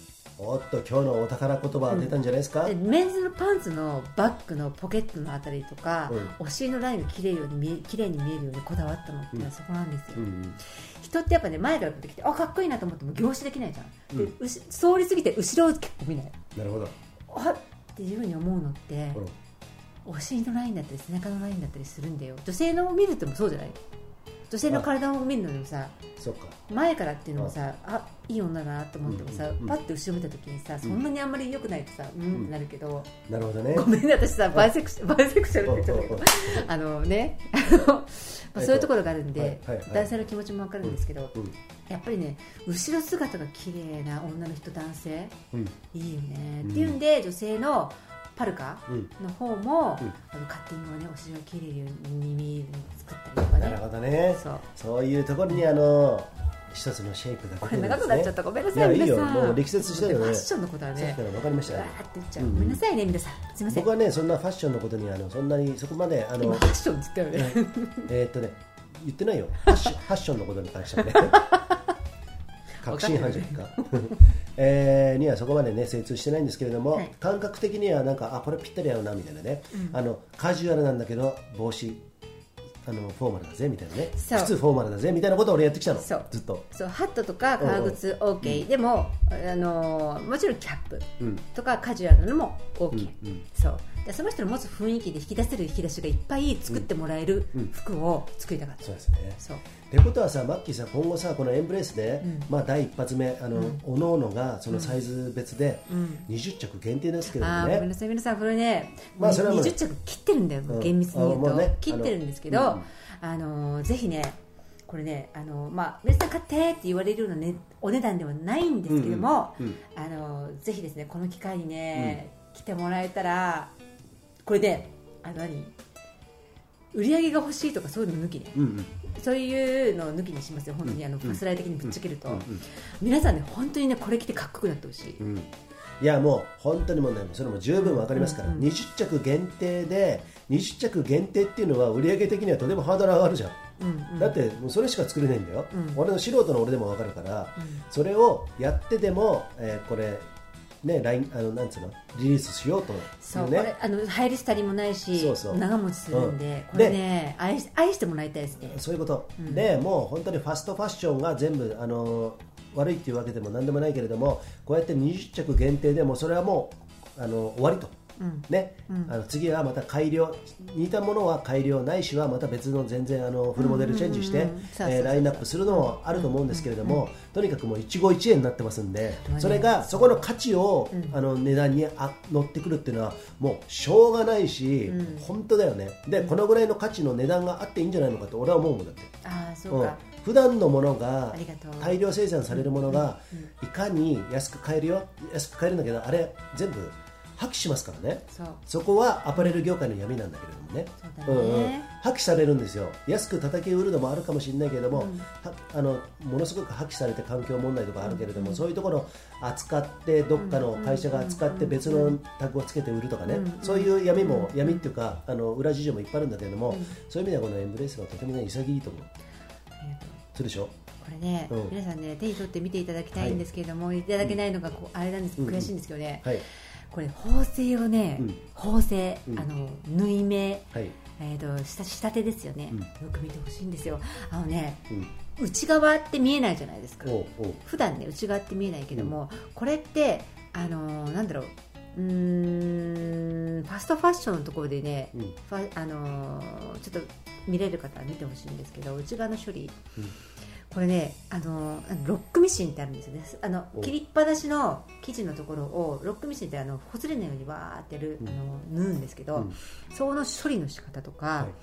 おっと今日のお宝言葉出たんじゃないですか、 うん、でメンズのパンツのバッグのポケットのあたりとか、うん、お尻のラインがきれいように見え、綺麗に見えるようにこだわったのっていうのはそこなんですよ、うんうん、人ってやっぱね前から出てきてあかっこいいなと思っても凝視できないじゃん、うん、で通り過ぎて後ろを結構見ない。 なるほど。 あっていうふうに思うのって、うん、お尻のラインだったり背中のラインだったりするんだよ。女性のを見るってもそうじゃない？女性の体を見るのでもさ、 そうか前からっていうのもさ あ, あいい女だなと思ってもさ、うんうん、パッて後ろ見た時にさ、そんなにあんまり良くないとさ、うん、うんってなるけど、 なるほどね。 ごめんね私さバイセクシャルバイセクシャルって言っちゃったけどあのねまあそういうところがあるんで、はいはいはい、男性の気持ちも分かるんですけど、うんうん、やっぱりね後ろ姿が綺麗な女の人男性、うん、いいよねっていうんで、女性のパルカの方も、うん、あのカッティングをねお尻が綺麗に見えるように作ったりとかね。 なるほどね。そう、そういうところにあの一つのシェイプが出てるんですね。これ長くなっちゃったごめんなさい。 いやいいよもう力説してるよね。 ファッションのことはね。 さっきから分かりましたよ。 わーって言っちゃう、うん、ごめんなさいね皆さんすみません。 僕はねそんなファッションのことにあのそんなにそこまであの今ファッションって言ったよね。 えーっとね言ってないよファッションファッションのことに関してはね。確信犯じゃないか、えー、にはそこまで、ね、精通してないんですけれども、はい、感覚的にはなんかあこれぴったり合うなみたいなね、うん、あのカジュアルなんだけど帽子あのフォーマルだぜみたいなね、靴フォーマルだぜみたいなことを俺やってきたの。ずっとそうハットとか革靴 OK、うん、でもあのもちろんキャップとかカジュアルなのも OK、うんうん、そうでその人の持つ雰囲気で引き出せる引き出しがいっぱい作ってもらえる服を作りたかった、 うんうん、そうですね。そうってことはさマッキーさん今後さこのエンブレースで、うんまあ、第一発目あの、うん、おのおのがそのサイズ別でにじゅっちゃく限定ですけれどもね、 あごめんなさい皆さんこれね、まあ、それはもうにじゅっちゃく切ってるんだよ、うん、厳密に言うと、ね、切ってるんですけど、あの、あのぜひねこれねあの、まあ、皆さん買ってって言われるような、ね、お値段ではないんですけども、うんうん、あのぜひですねこの機会にね、うん、来てもらえたらこれであの何売り上げが欲しいとかそういうの抜きね、うんうん、そういうのを抜きにしますよ本当にあのファスライ的にぶっちゃけると、うんうんうん、皆さんね本当にねこれ着てかっこよくなってほしい、うん、 いやもう本当に問題もそれも十分わかりますから、うんうん、にじゅっちゃく限定でにじゅっちゃく限定っていうのは売り上げ的にはとてもハードル上がるじゃん、うんうん、だってもうそれしか作れないんだよ、うん、俺の素人の俺でもわかるから、うん、それをやってでも、えー、これね、ラインあのなんつうのリリースしようと、ね、 そうこれあの入りしたりもないしそうそう長持ちするんで、うん、これね愛し愛してもらいたいですね。 そういうこと、うん、でもう本当にファストファッションが全部あの悪いっていうわけでもなんでもないけれどもこうやってにじゅっちゃく限定でもそれはもうあの終わりと、うんねうん、あの次はまた改良似たものは改良ないしはまた別の全然あのフルモデルチェンジしてラインナップするのもあると思うんですけれども、とにかくもう一期一会になってますんで、それがそこの価値を、うん、あの値段にあ乗ってくるっていうのはもうしょうがないし、うん、本当だよね。でこのぐらいの価値の値段があっていいんじゃないのかと俺は思うもんだって。 あそうか、うん普段のものが大量生産されるものがいかに安く買えるよ安く買えるんだけどあれ全部破棄しますからね。 そ, そこはアパレル業界の闇なんだけれどもね、そうだね、うんうん、破棄されるんですよ。安く叩き売るのもあるかもしれないけれども、うん、あのものすごく破棄されて環境問題とかあるけれども、うん、そういうところを扱ってどっかの会社が扱って別のタグをつけて売るとかね、うん、そういう闇も闇っていうかあの裏事情もいっぱいあるんだけれども、うん、そういう意味ではこのエンブレースはとても、ね、潔いと思う。そうでしょ。 これね、うん、皆さんね手に取って見ていただきたいんですけれども、はい、いただけないのがこうあれなんですけど、うん、悔しいんですけどね、はい、これ縫製をね、うん、縫製、うん、あの縫い目、はいえー、と 下, 下手ですよね、うん、よく見てほしいんですよ。あのね、うん、内側って見えないじゃないですか。おうおう普段ね内側って見えないけども、うん、これってあのー、なんだろううーんファストファッションのところでね、うん、ファあのー、ちょっと見れる方は見てほしいんですけど内側の処理、うん、これねあのロックミシンってあるんですよね。あの切りっぱなしの生地のところをロックミシンってあのほつれないようにわーってやる、うん、あの縫うんですけど、うん、その処理の仕方とか、はい、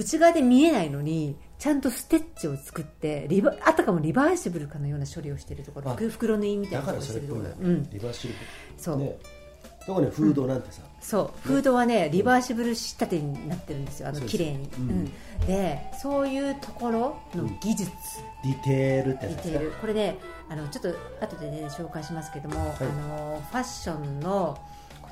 内側で見えないのにちゃんとステッチを作ってリバあたかもリバーシブルかのような処理をしているところ、袋縫いみたいなことをしているところ、うん、 リバーシブルそう、ね特にフードなんてさ、 うん、そう、ね、フードはねリバーシブル仕立てになってるんですよ。あの綺麗に、うんうん、でそういうところの技術、 うん、ディテールってやつですか。 ディテールこれねあのちょっと後でね紹介しますけども、はい、あのファッションのこと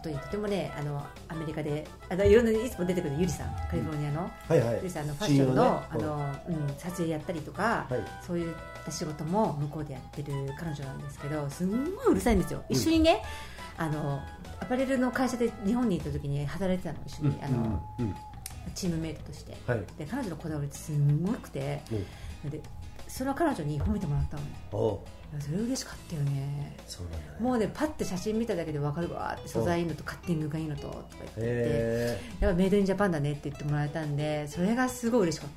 ことにとてもねあのアメリカであのいろんないつも出てくるゆりさんカリフォルニアの、うんはいはい、ゆりさんのファッションの、ねあのうん、撮影やったりとか、はい、そういった仕事も向こうでやってる彼女なんですけどすんごいうるさいんですよ、うん、一緒にねあのアパレルの会社で日本に行った時に働いてたの一緒に、うん、あの、うん、チームメイトとして、はい、で彼女のこだわりってすごくて、うん、でその彼女に褒めてもらったの。それ嬉しかったよね。そうなんだね。もうねパッて写真見ただけで分かるわって素材いいのとカッティングがいいのととか言っててやっぱメイドインジャパンだねって言ってもらえたんでそれがすごい嬉しかった。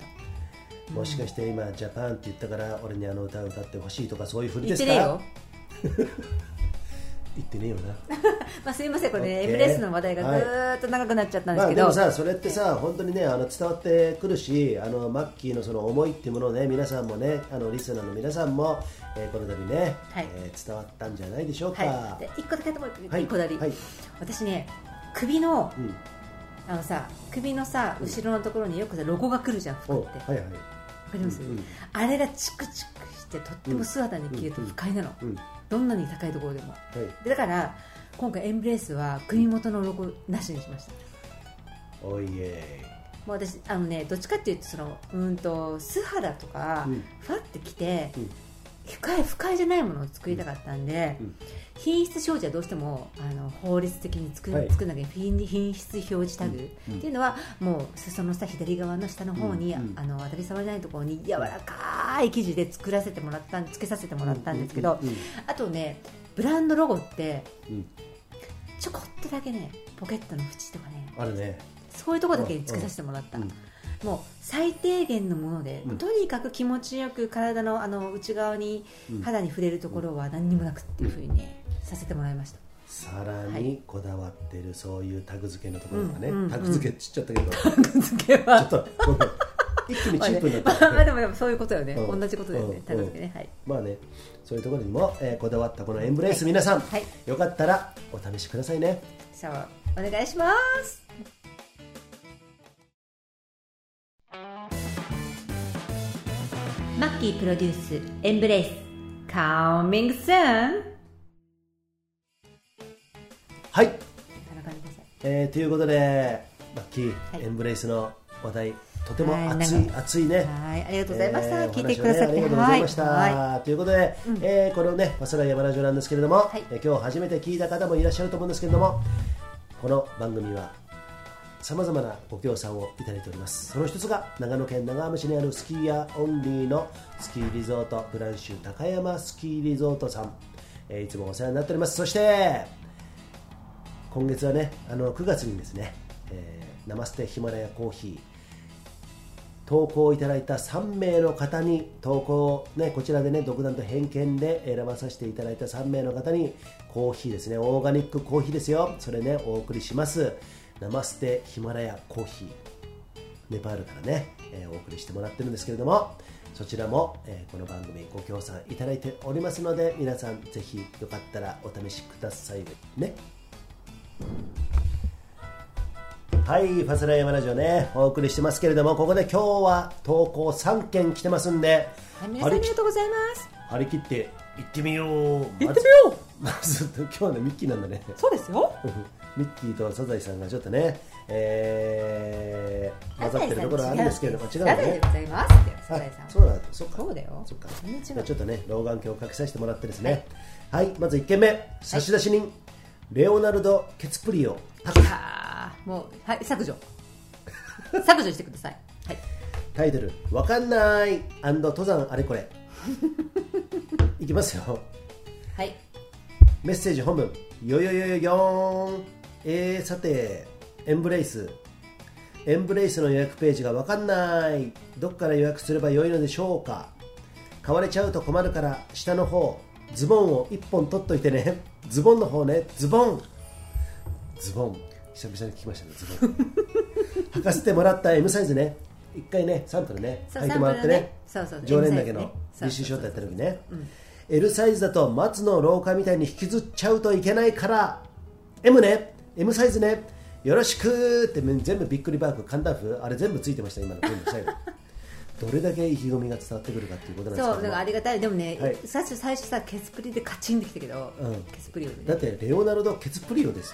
もしかして今ジャパンって言ったから俺にあの歌を歌ってほしいとかそういうふりですか？ 言ってねえよ言ってねえよなまあすいませんこれねエムレスの話題がずーっと長くなっちゃったんですけど、 はいまあ、でもさそれってさ本当にねあの伝わってくるしあのマッキーのその思いっていうものをね皆さんもねあのリスナーの皆さんも、えー、この度ね、はいえー、伝わったんじゃないでしょうか。 はい、でいっこだけともいっこだり、はい、私ね首の、うん、あのさ首のさ後ろのところによくさロゴが来るじゃん服って、はいはい、わかります、うんうん、あれがチクチクしてとっても素肌に着ると不快なの、うんうんうんどんなに高いところでも、はい、でだから今回エンブレースは首元のロゴなしにしました。 おいえもう私あのねどっちかっていうとそのうんと素肌とか、うん、ファってきて、うん、深い深いじゃないものを作りたかったんで、うん、品質表示はどうしてもあの法律的に作る、はい、作らなきゃ品質表示タグ、うん、っていうのはもう裾の下左側の下の方に、うん、あの当たり障りないところに柔らかい生地で作らせてもらったつけさせてもらったんですけど、うんうんうん、あとねブランドロゴって、うん、ちょこっとだけねポケットの縁とかねあるねそういうところだけにつけさせてもらった、うんうんもう最低限のもので、うん、とにかく気持ちよく体 の, あの内側に、うん、肌に触れるところは何にもなくっていう風に、ねうん、させてもらいました。 さらにこだわってる、はい、そういうタグ付けのところがね、うんうんうん、タグ付けって言っちゃったけどタグ付けはちょっと一気にチープになった、ねまあねまあ、でもでもそういうことよね、うん、同じことだよね、うん、タグ付けね、はい、 まあねそういうところにも、えー、こだわったこのエンブレース、はい、皆さん、はい、よかったらお試しくださいね。 じゃあお願いします。マッキープロデュースエンブレイス Coming soon はい、えー、ということでマッキー、はい、エンブレイスの話題とても熱い熱いね、 はい、ありがとうございました、えー、聞いてくださって、 ね、ありがとうございました、はい、ということで、うんえー、このね早稲田山ラジオなんですけれども、はいえー、今日初めて聞いた方もいらっしゃると思うんですけれどもこの番組はさまざまなご協賛をいただいております。その一つが長野県長浜市にあるスキーヤーオンリーのスキーリゾートブランシュ高山スキーリゾートさん、えー、いつもお世話になっております。そして今月はねあのくがつにですね、えー、ナマステヒマラヤコーヒー投稿いただいたさんめいの方に投稿、ね、こちらでね独断と偏見で選ばさせていただいたさんめいの方にコーヒーですねオーガニックコーヒーですよそれねお送りします。ナマステヒマラヤコーヒーネパールからね、えー、お送りしてもらってるんですけれどもそちらも、えー、この番組ご協賛いただいておりますので皆さんぜひよかったらお試しくださいね。はいファスラヤマラジオねお送りしてますけれどもここで今日は投稿さんけん来てますんで、 はい、皆さんありがとうございます張り切って行ってみよう行ってみようまず今日はねミッキーなんだねそうですよミッキーとサザエさんがちょっとね、えー、混ざってるところあるんですけれども違うね。 サザエでございますってサザエさん。 そうだそっかそうだよ。 そっか。ちょっとね老眼鏡をかけさせてもらってですね。はい、はい、まずいっけんめ差出人、はい、レオナルド・ケツプリオ。 あもうはい削除削除してください。はい。 タイトルわかんない登山あれこれいきますよ。 はい。 メッセージ本文よよよよよーんえー、さてエンブレイスエンブレイスの予約ページがわかんないどっから予約すればよいのでしょうか買われちゃうと困るから下の方ズボンをいっぽん取っといてねズボンの方ねズボンズボン久々に聞きましたねズボン履かせてもらった エム サイズね一回ねサンプルね履いてもらってね常連だけの実習ショートやった時ねL サイズだと松の廊下みたいに引きずっちゃうといけないから M ね M サイズねよろしくって全部びっくりマーク簡単風あれ全部ついてました今の全部最後どれだけ意気込みが伝わってくるかっていうことなんですけどそうだからありがたいでもね、はい、最初最初さケツプリでカチンできたけど、うん、ケツプリオで、ね、 だってレオナルドケツプリオですよ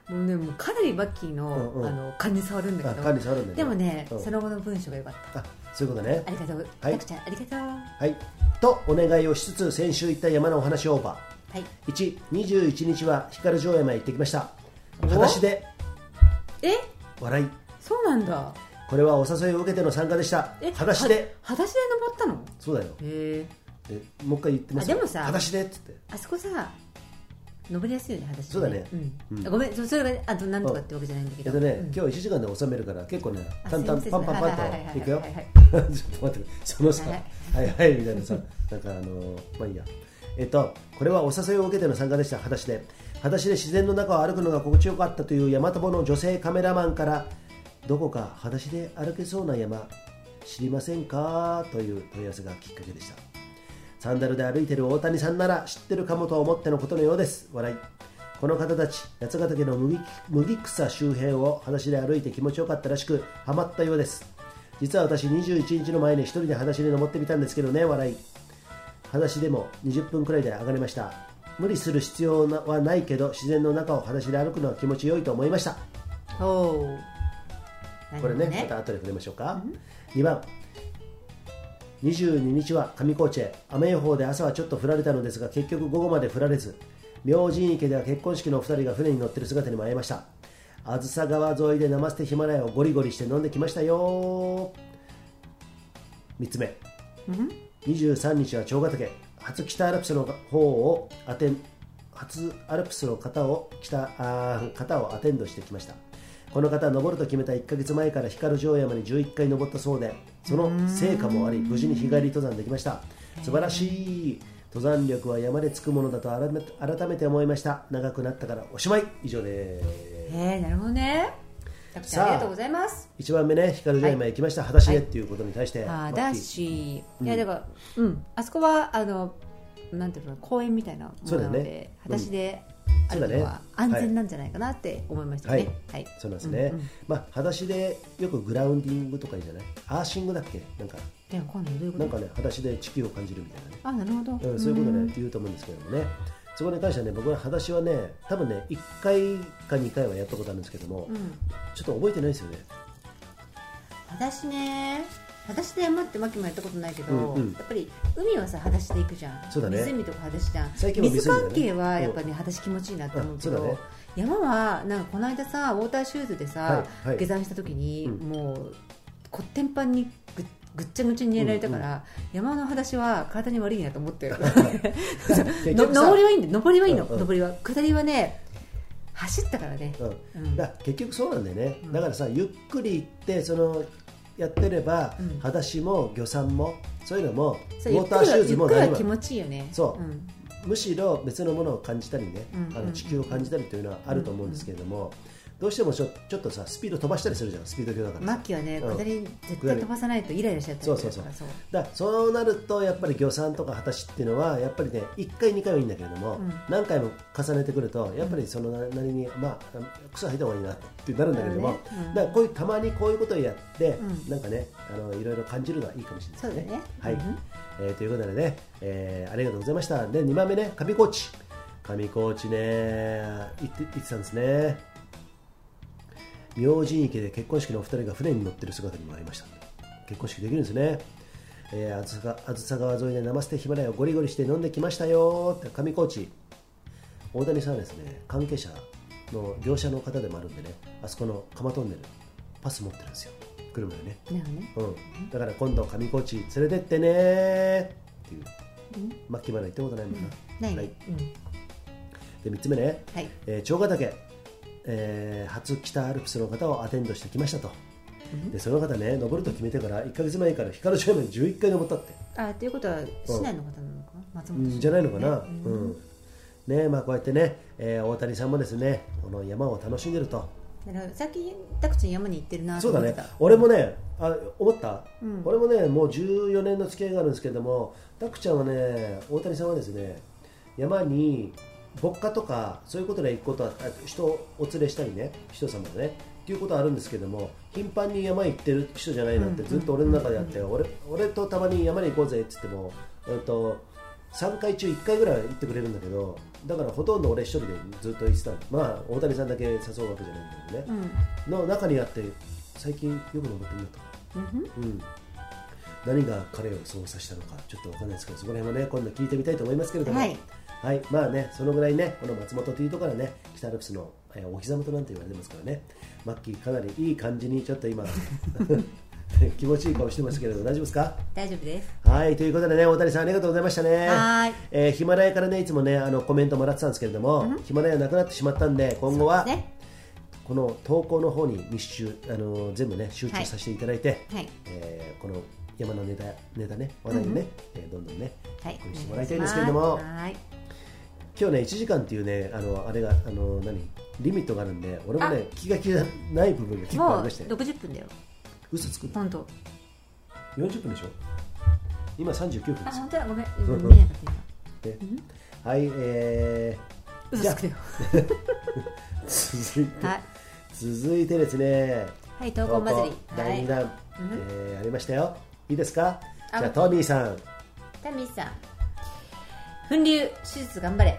もうねもうかなりマッキーの、うんうん、あの勘に触るんだけど、 勘に触るんだよね、 でもね、 うん、 その後の文章が良かった。 あ、そういうことね。 ありがとう、 はい、 たくちゃんありがとう。 はい。とお願いをしつつ先週行った山のお話オーバー。はい。いち、にじゅういちにちは光城山へ行ってきました。裸足で。 え？ 笑い。 そうなんだ。 これはお誘いを受けての参加でした。裸足で。 裸足で登ったの？ そうだよ。 へえ。もう一回言ってますよ。 あ、でもさ、 裸足でっつって。 あそこさ。登りやすいよね、裸足で、ね、 そうだね、 うんうん、ごめん、それがあと何とかってわけじゃないんだけど、 えっとね、 うん、 今日いちじかんで収めるから結構ね、淡々パンパンパンといくよ。ちょっと待って、そのさ、はいはいみたいなさ、なんかあのー、まあいいや。えっと、これはお誘いを受けての参加でした。裸足で裸足で自然の中を歩くのが心地よかったという山友の女性カメラマンから、どこか裸足で歩けそうな山知りませんかという問い合わせがきっかけでした。サンダルで歩いている大谷さんなら知ってるかもと思ってのことのようです。笑い。この方たち、八ヶ岳の麦、麦草周辺を裸足で歩いて気持ちよかったらしくハマったようです。実は私にじゅういちにちの前に一人で裸足で登ってみたんですけどね。笑い。裸足でもにじゅっぷんくらいで上がれました。無理する必要はないけど自然の中を裸足で歩くのは気持ちよいと思いました。 おー、 これね、また後で触れましょうか。うん、にばん、にじゅうににちは上高地へ。雨予報で朝はちょっと降られたのですが結局午後まで降られず、明神池では結婚式のお二人が船に乗っている姿にも会えました。あずさ川沿いでナマステヒマラヤをゴリゴリして飲んできましたよ。みっつめ、うん、にじゅうさんにちは長ヶ岳初北アルプスの方をアテン初アルプスの方を北あ方をアテンドしてきました。この方は登ると決めたいっかげつまえから光城山にじゅういっかい登ったそうで、その成果もあり無事に日帰り登山できました。素晴らしい。登山力は山でつくものだと改めて、改めて思いました。長くなったからおしまい。以上です。 えー、なるほどね。たくちゃんありがとうございます。 いちばんめね、光城山へ行きました。裸足でっていうことに対して、 はい、あだし、うん、いやだから、うん、あそこはあのなんていうの公園みたいなものなので、ね、裸足で歩くのは安全なんじゃないかなって思いましたね。はい、はい、 そうなんですね。うんうん、まあ裸足でよくグラウンディングとかいいじゃない？アーシングだっけ？なんか。なんかね、裸足で地球を感じるみたいなね。 あ、なるほど。 うん、そういうことね、言うと思うんですけどもね。そこに関してはね、僕は裸足はね、多分ね、いっかいかにかいはやったことあるんですけども、うん、ちょっと覚えてないですよね。 裸足ね、裸足で山ってマキもやったことないけど、うんうん、やっぱり海はさ、裸足で行くじゃん。 そうだね。 湖とか裸足じゃん。 最近は水関係はやっぱり、ね、裸足気持ちいいなって思うけど、うんね、山はなんかこの間さ、ウォーターシューズでさ、はいはい、下山した時に、うん、もうこってんぱんにぐっぐっちゃぐちゃにやられたから、うんうん、山の裸足は体に悪いなと思ってる。登りはいいんだよ、登りはいいの、うんうん、登りは。下りはね、走ったからね。 うんうん、だ結局そうなんだよね。うん、だからさ、ゆっくり行ってそのやってれば、うん、裸足も漁山もそういうのもウォーターシューズも何もゆっくりは気持ちいいよね。 そう、うん、むしろ別のものを感じたりね、うんうん、あの地球を感じたりというのはあると思うんですけれども。うんうん、どうしてもちょ、ちょっとさスピード飛ばしたりするじゃん。スピード強だから。 マッキーはね、下り絶対飛ばさないとイライラしちゃったりするから。 そうそうそう。だからそうなるとやっぱり漁山とか裸足っていうのはやっぱりねいっかいにかいはいいんだけれども、うん、何回も重ねてくるとやっぱりそのなりに、まあ草履いた方がいいなってなるんだけれども、ね、うん、だからこういうたまにこういうことをやって、うん、なんかねあのいろいろ感じるのはいいかもしれないですね。 そうだね。 はい。うん、えー、ということでね、えー、ありがとうございました。でにばんめね、上高地上高地ね行って行ってたんですね。明神池で結婚式のお二人が船に乗っている姿にもありました。結婚式できるんですね。えー、あずさ、あずさ川沿いでナマステヒマラヤをゴリゴリして飲んできましたよって上高地。大谷さんはですね、関係者の業者の方でもあるんでね、あそこの鎌トンネルパス持ってるんですよ、車でね。 ね、 うん、だから今度上高地連れてってねっていう、うん、マッキーまだ行ったことないもんな、 うん、ない、はい、うん、 でみっつめね、はい、えー、長ヶ岳、えー、初北アルプスの方をアテンドしてきましたと。でその方ね、登ると決めてからいっかげつまえから光城山にじゅういっかい登ったって。 あということは市内の方なのかな、松本市じゃないのかな、ね、うん、うん、ね、まあ、こうやってね、えー、大谷さんもですねこの山を楽しんでると。 だからさっきタクちゃん山に行ってるなと思ってた。 そうだね、俺もねあ思った、うん、俺もねもうじゅうよねんの付き合いがあるんですけれども、タクちゃんはね、大谷さんはですね山に牧歌とかそういうことで行くことは人をお連れしたりね、人様でねっていうことはあるんですけども、頻繁に山行ってる人じゃないなってずっと俺の中であって、うんうん、俺, 俺とたまに山に行こうぜって言っても、えっとさんかい中いっかいぐらいは行ってくれるんだけど、だからほとんど俺一人でずっと行ってた。まあ大谷さんだけ誘うわけじゃないんだけどね、うん、の中にあって最近よく登ってみようとか、うんうん、何が彼をそうさせたのかちょっと分かんないですけど、そこら辺もね今度聞いてみたいと思いますけれども、はい、はい、まあねそのぐらいね、この松本 T とからね北アルプスの、えー、お膝元なんて言われてますからね、マッキーかなりいい感じにちょっと今気持ちいい顔してますけれど大丈夫ですか？ 大丈夫です。 はい、ということでね、大谷さんありがとうございましたね。 はい、 えー、ヒマラヤからねいつもねあのコメントもらってたんですけれども、うん、ヒマラヤなくなってしまったんで今後は、ね、この投稿の方に密集あの全部ね集中させていただいて、はい、えー、この山のネタネタね話題をね、うん、えー、どんどんね、はい、してもらいたいんですけれども、はい、今日ねいちじかんっていうねあのあれがあの何リミットがあるんで、俺もね気が気がない部分が結構ありまして、 もうろくじゅっぷんだよ。 嘘つくの？ 本当。 よんじゅっぷんでしょ？今さんじゅうきゅうふんですよ。 あ、本当だ、ごめん、うん、見えなかった今、 ね、はい、えー、嘘つくよ続いて、はい、続いてですね、 はい、投稿祭りだいにだん、はい、えー、ありましたよ。いいですか？じゃあトミーさん。 トミーさん、粉瘤手術頑張れ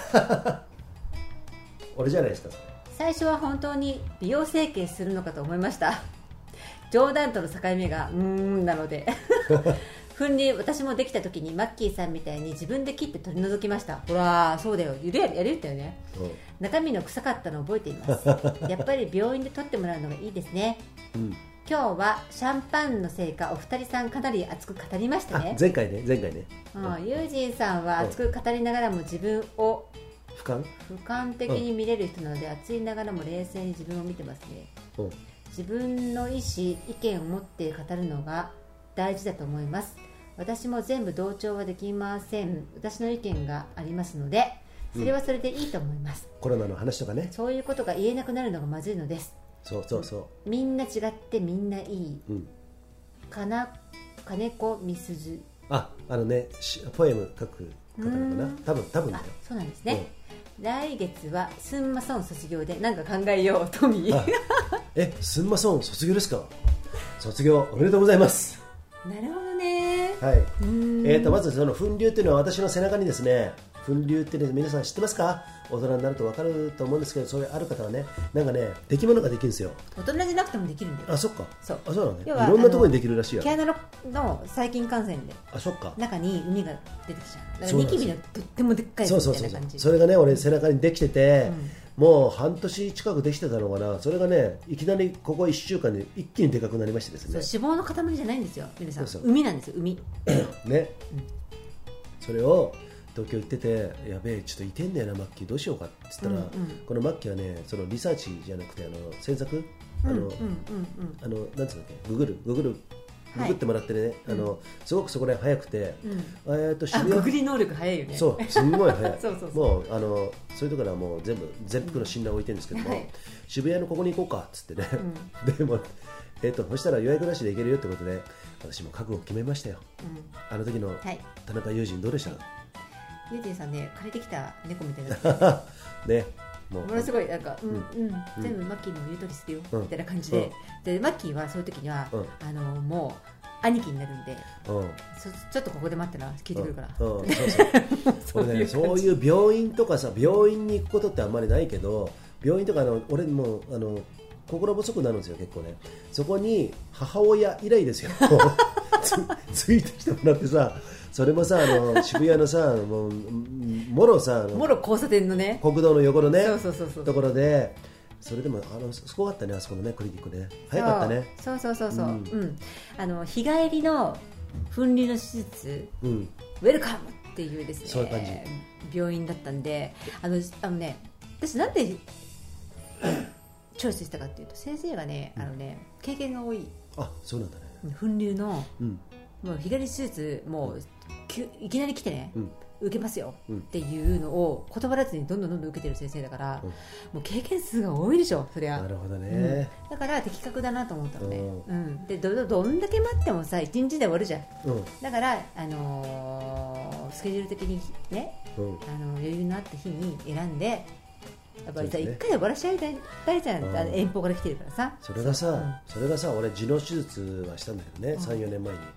俺じゃないですか。 最初は本当に美容整形するのかと思いました。冗談との境目がうーんなので粉瘤、私もできた時にマッキーさんみたいに自分で切って取り除きました。ほらそうだよ、やるやるやるったよね、うん、中身の臭かったのを覚えていますやっぱり病院で取ってもらうのがいいですね、うん、今日はシャンパンのせいかお二人さんかなり熱く語りましたね。 前回ね前回ね、 うん、ユージンさんは熱く語りながらも自分を俯瞰俯瞰的に見れる人なので、熱いながらも冷静に自分を見てますね、うん、自分の意思意見を持って語るのが大事だと思います。私も全部同調はできません。私の意見がありますのでそれはそれでいいと思います、 うん、コロナの話とかね、 そういうことが言えなくなるのがまずいのです。 そうそうそう、 みんな違ってみんないい、うん、かな金子みすず、 あ、あのねポエム書く方なのかな、多分多分だよ。 そうなんですね、うん、来月はスンマソン卒業で何か考えようトミーえ、スンマソン卒業ですか？卒業おめでとうございます。 なるほどね。 はい、えー、とまずその粉瘤というのは私の背中にですね、粉瘤って、ね、皆さん知ってますか？大人になると分かると思うんですけど、そういうある方はね、なんかね、できものができるんですよ。 大人じゃなくてもできるんだよ。 あ、そっか。 そう。 あ、そうなのね。いろんなところにできるらしいや。 毛穴の細菌感染で、 あ、そっか。 中に膿が出てきちゃう。だからニキビのとってもでっかいみたいな感じ。そうそうそうそう。 それがね、俺背中にできてて、うん、もう半年近くできてたのかな。それがね、いきなりここいっしゅうかんで一気にでかくなりましてですね。 そう、脂肪の塊じゃないんですよ、皆さん。そうそう、膿なんですよ、膿。 ね、うん、それを東京行ってて、やべえちょっといてんだよなマッキーどうしようかって言ったら、うんうん、このマッキーはね、そのリサーチじゃなくてあの詮索、あの、うんうんうんうん、あのなんつうんだっけ、ググるググるググってもらってね、はい、あのすごくそこら辺早くて、うん、えー、と渋谷、 あ、ググり能力早いよね。 そうすんごい早いそうそうそう、 もうあのそういうところはもう全部全幅の信頼を置いてるんですけども、はい、渋谷のここに行こうかっつってね、うん、でもえー、とそしたら予約なしで行けるよってことで私も覚悟を決めましたよ、うん、あの時の田中友人どうでした？ ユージンさんね、借りてきた猫みたいなね、 もうものすごいなんか、うんうんうん、全部マッキーの言う通りするよ、うん、みたいな感じで、うん、でマッキーはそういう時には、うん、あのもう兄貴になるんで、うん、そちょっとここで待ってな、聞いてくるから、うんうん、そうそうそうね、そういう病院とかさ、病院に行くことってあんまりないけど、病院とかあの俺もあの心細くなるんですよ結構ね。そこに母親以来ですよつ, ついてきてもらってさ、それもさ、あの渋谷のさ、もうもろさ、 もろ交差点のね、 国道の横のね、 そうそうそうそう、 ところで、それでもあのすごかったね、あそこのねクリニックね、早かったね。 そうそうそうそう、うんうん、あの日帰りの粉瘤の手術、うん、ウェルカムっていうですね、 そういう感じ病院だったんで、あのあのね、私なんでチョイスしたかっていうと、先生がね、あのね、経験が多い。 あ、そうなんだね。 粉瘤の、うん、もう日帰り手術もう、うん、いきなり来てね、うん、受けますよっていうのを断らずにどんどんどんどん受けてる先生だから、うん、もう経験数が多いでしょ、そりゃ。 なるほどね、 うん、だから的確だなと思ったのね、うん、で ど, どんだけ待ってもさいちにちで終わるじゃん、うん、だから、あのー、スケジュール的にね、うん、あの余裕のあった日に選んで、やっぱりさ、いっかいで終わらしちゃいたいじゃん、あの遠方から来てるからさ。 それがさ、うん、それがさ、俺痔の手術はしたんだけどね、うん、さん、よねんまえに。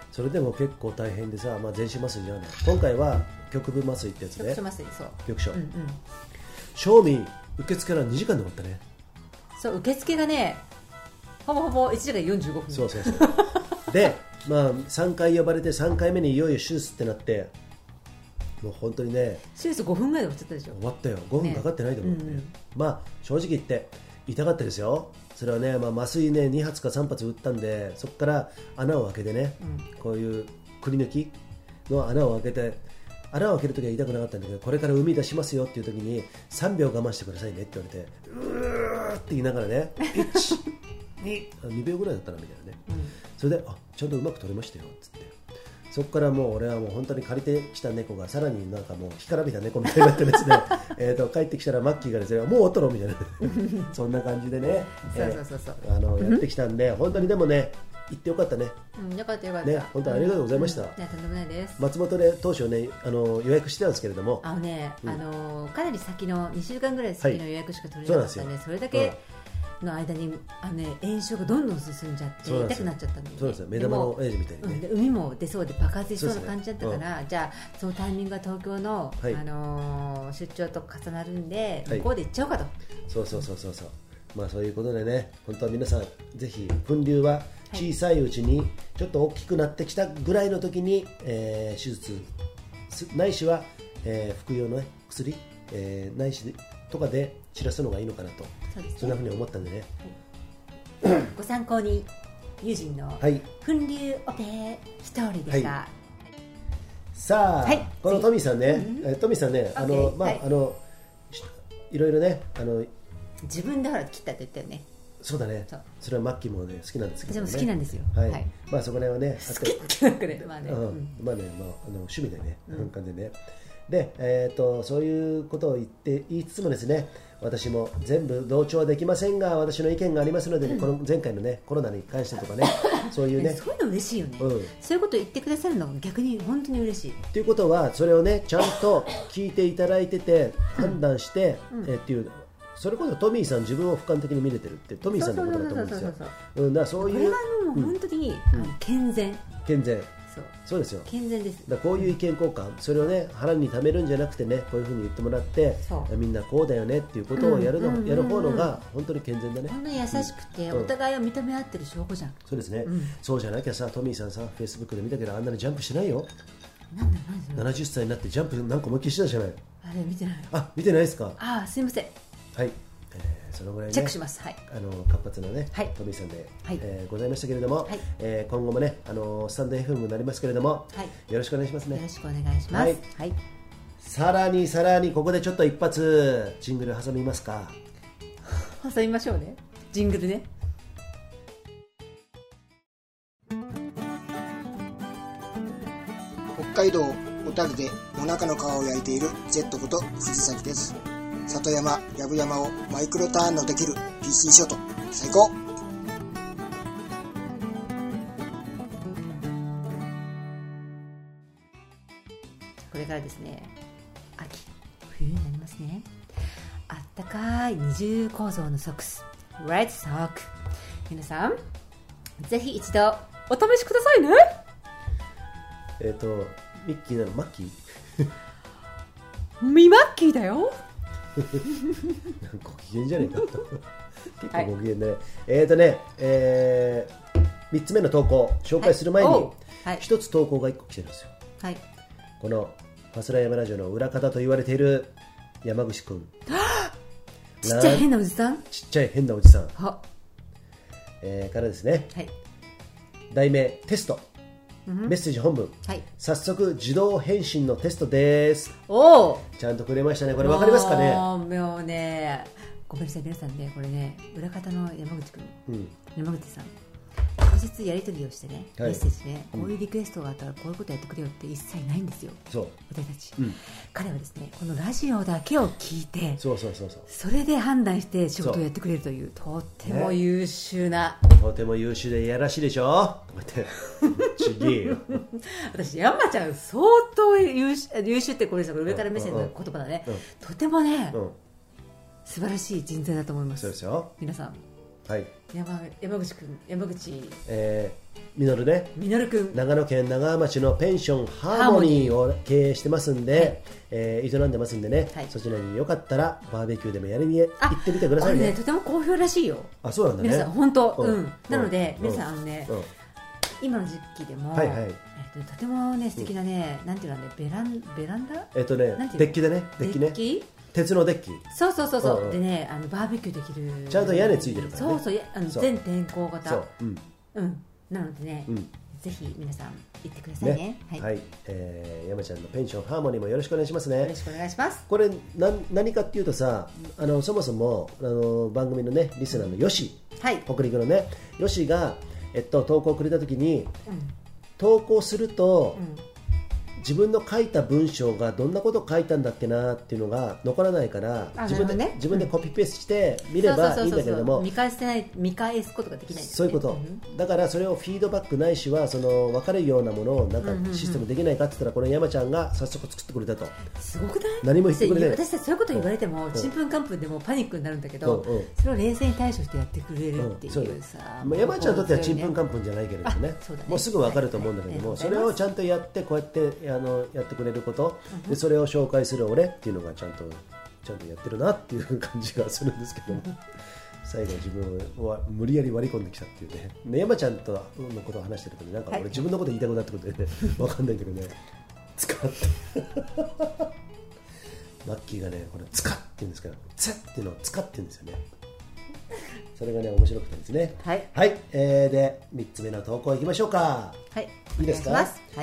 それでも結構大変でさ、まあ、全身麻酔じゃない、今回は局部麻酔ってやつね、 局所麻酔、そう局所、うんうん、賞味受付からにじかんで終わったね。 そう、受付がねほぼほぼいちじかんよんじゅうごふん。 そうそうそうで、まあ、さんかい呼ばれてさんかいめにいよいよ手術ってなって、もう本当にね手術ごふんぐらいで終わっちゃったでしょ。 終わったよ、ごふんかかってないと思う、ねうんうん、まあ正直言って痛かったですよ。それはね、まあ、麻酔ねに発かさん発打ったんで、そこから穴を開けてね、うん、こういうくり抜きの穴を開けて、穴を開けるときは痛くなかったんだけど、これから生み出しますよっていうときにさんびょう我慢してくださいねって言われて、うーって言いながらねいちににびょうぐらいだったなみたいなね、うん、それであちゃんとうまく取れましたよっつって、そこからもう俺はもう本当に借りてきた猫がさらになんかもう干からびた猫みたいになってですねえと帰ってきたらマッキーがですねもう終わったろみたいなそんな感じでね、 そうそうそうそう、 えー、あのやってきたんで、本当にでもね行ってよかったね、 うん、よかったよかった、 ね、本当にありがとうございました、うん、 いやとんでもないです。 松本で当初ねあの予約してたんですけれども、 あのね、うん、あのかなり先のにしゅうかんぐらい先の予約しか取れなかったんで、はい、それだけの間にあの、ね、炎症がどんどん進んじゃって痛くなっちゃったんで、ね、 そうですよ、目玉のエイジみたいにね、 うん、で海も出そうで爆発しそうな感じだったから、うん、じゃあそのタイミングが東京の、はい、あのー、出張と重なるんで、はい、向こうで行っちゃおうかと、 そうそうそうそうそう、まあそういうことでね、本当は皆さんぜひ粉瘤は小さいうちにちょっと大きくなってきたぐらいの時に、えー、手術ないしは、えー、服用の、ね、薬、えー、ないしとかで散らすのがいいのかなと、 そ,、ね、そんなふうに思ったんでね、 はい、ご参考に友人の粉瘤オペストーリーでした、はい、 さあ、はい、このトミーさんね、うん、トミーさんね、あの、まあ、はい、あのいろいろね、あの自分でほら切ったって言ったよね。 そうだね、 そ, それはマッキーもね好きなんですけどね。 私も好きなんですよ、 はい、はい、まあそこら辺はね好きってなんかね、まあね、うん、 まあね、まあ、あの趣味でね、うん、感じでね、で、えー、とそういうことを言って言いつつもですね、私も全部同調はできませんが、私の意見がありますので、ね、うん、この前回のねコロナに関してとかねそういうねそういうの嬉しいよね、うん、そういうことを言ってくださるのが逆に本当に嬉しいということは、それをねちゃんと聞いていただいてて判断して、うん、えー、っていう、それこそトミーさん自分を俯瞰的に見れてるってトミーさんのことだと思うんですよ。うん、だからそういうこれはもう本当に、うん、健全健全そう、そうですよ、 健全です。 だこういう意見交換、それをね腹に溜めるんじゃなくてね、こういうふうに言ってもらって、みんなこうだよねっていうことをやるの、うんうんうんうん、やる方のが本当に健全だね。 本当に優しくて、うん、お互いを認め合ってる証拠じゃん。 そうですね、うん、そうじゃなきゃさ、トミーさんさフェイスブックで見たけどあんなにジャンプしないよ。 なんだなんだななじゅっさいになってジャンプ何個思いっきりしてたじゃない。 あれ見てない。 あ、見てないですか。 あ、すいません。 はい、えー、そのぐらいねチェックします、はい、 あの活発なね、はい、トミーさんで、はい、えー、ございましたけれども、はい、えー、今後もね、あのスタンド エフエム になりますけれども、はい、よろしくお願いしますね。 よろしくお願いします、はいはい、 さらにさらにここでちょっと一発ジングル挟みますか。 挟みましょうね、ジングルね。 北海道小樽でお腹の皮を焼いている Z こと藤崎です。里山、藪山をマイクロターンのできる ピーシー ショート最高。 これからですね、秋冬になりますね。あったかい二重構造のソックス、レッドソック、皆さんぜひ一度お試しくださいね。 えっ、ー、とミッキーなのマッキーミマッキーだよご機嫌じゃねえか結構ご機嫌で、ね、はい、えっ、ー、とね、えー、みっつめの投稿紹介する前に、はい、ひとつ投稿がいっこ来てるんですよ、はい、このファスラヤマラジオの裏方と言われている山口くんちっちゃい変なおじさんちっちゃい変なおじさんは、えー、からですね、はい、題名テスト、メッセージ本文、はい、早速自動返信のテストです。おー、ちゃんとくれましたね。これ分かりますかね。 もうね、ごめんなさい皆さんね、これね、裏方の山口くん、うん、山口さん直接やり取りをしてね、はい、メッセージね、こういうリクエストがあったらこういうことやってくれよって一切ないんですよ。そう、私たち、うん、彼はですね、このラジオだけを聞いて、そうそうそうそう、それで判断して仕事をやってくれるという、とっても優秀な、 ね、とても優秀でいやらしいでしょとか言ってちげえよ私山ちゃん相当優秀、優秀ってこれさ、上から目線の言葉だね、うんうん、とてもね、うん、素晴らしい人材だと思います。 そうですよ。 皆さんはい、 山, 山口くん山口えー、みのるねみのるくん長野県長浜町のペンションハーモニーを経営してますんで、はい、えー、営んでますんでね、はい、そちらによかったらバーベキューでもやりに行ってみてくださいね。 あ、これねとても好評らしいよ。 あ、そうなんだね。 皆さん本当、うんうん、 なので、 うん、 皆さんあのね、うん、今の時期でも、 はいはい、 えー、と, とてもね素敵なね、うん、なんていうのねベランベランダえっ、ー、とねデッキでねデッキねデッキ鉄のデッキ、 そうそうそうそう、 うんうん、 でねあのバーベキューできるちゃんと屋根ついてるからね。 そうそうあの全天候型、そう、うん、うん、なのでね、うん、ぜひ皆さん行ってください ね, ねはい、はい、えー、山ちゃんのペンションハーモニーもよろしくお願いしますね。 よろしくお願いします。 これな何かっていうとさ、あのそもそもあの番組のねリスナーのヨシ、はい、北陸のねヨシが、えっと、投稿をくれた時に、うん、投稿すると、うん、自分の書いた文章がどんなことを書いたんだっけなっていうのが残らないから自分で、ね、自分でコピペして見ればいいんだけれども、 見返せない見返すことができないんですね。 そういうこと、うん、だからそれをフィードバックないしはその分かるようなものをなんかシステムできないかって言ったら、これ山ちゃんが早速作ってくれたと。 すごくない？ 何も言ってくれない。 私たちそういうこと言われてもちんぷんかんぷんでもパニックになるんだけど、うんうん、それを冷静に対処してやってくれるっていうさ、 うん、山ちゃんにとってはちんぷんかんぷんじゃないけれども ね, ねもうすぐ分かると思うんだけども、はい、それをちゃんとやってこうやってあのやってくれること、うん、でそれを紹介する俺っていうのがちゃんとちゃんとやってるなっていう感じがするんですけども最後自分は無理やり割り込んできたっていうね。ね、山ちゃんとのことを話してるとね、なんか俺自分のこと言いたくなってくるんでね、分かんないんだけどね、使ってマッキーがね、これ使って言うんですけど、ツッっていうのを使って言うんですよね。それがね面白くてですね。はい、はい、えー、でみっつめの投稿いきましょうか。 はい、 いいですか。 はい、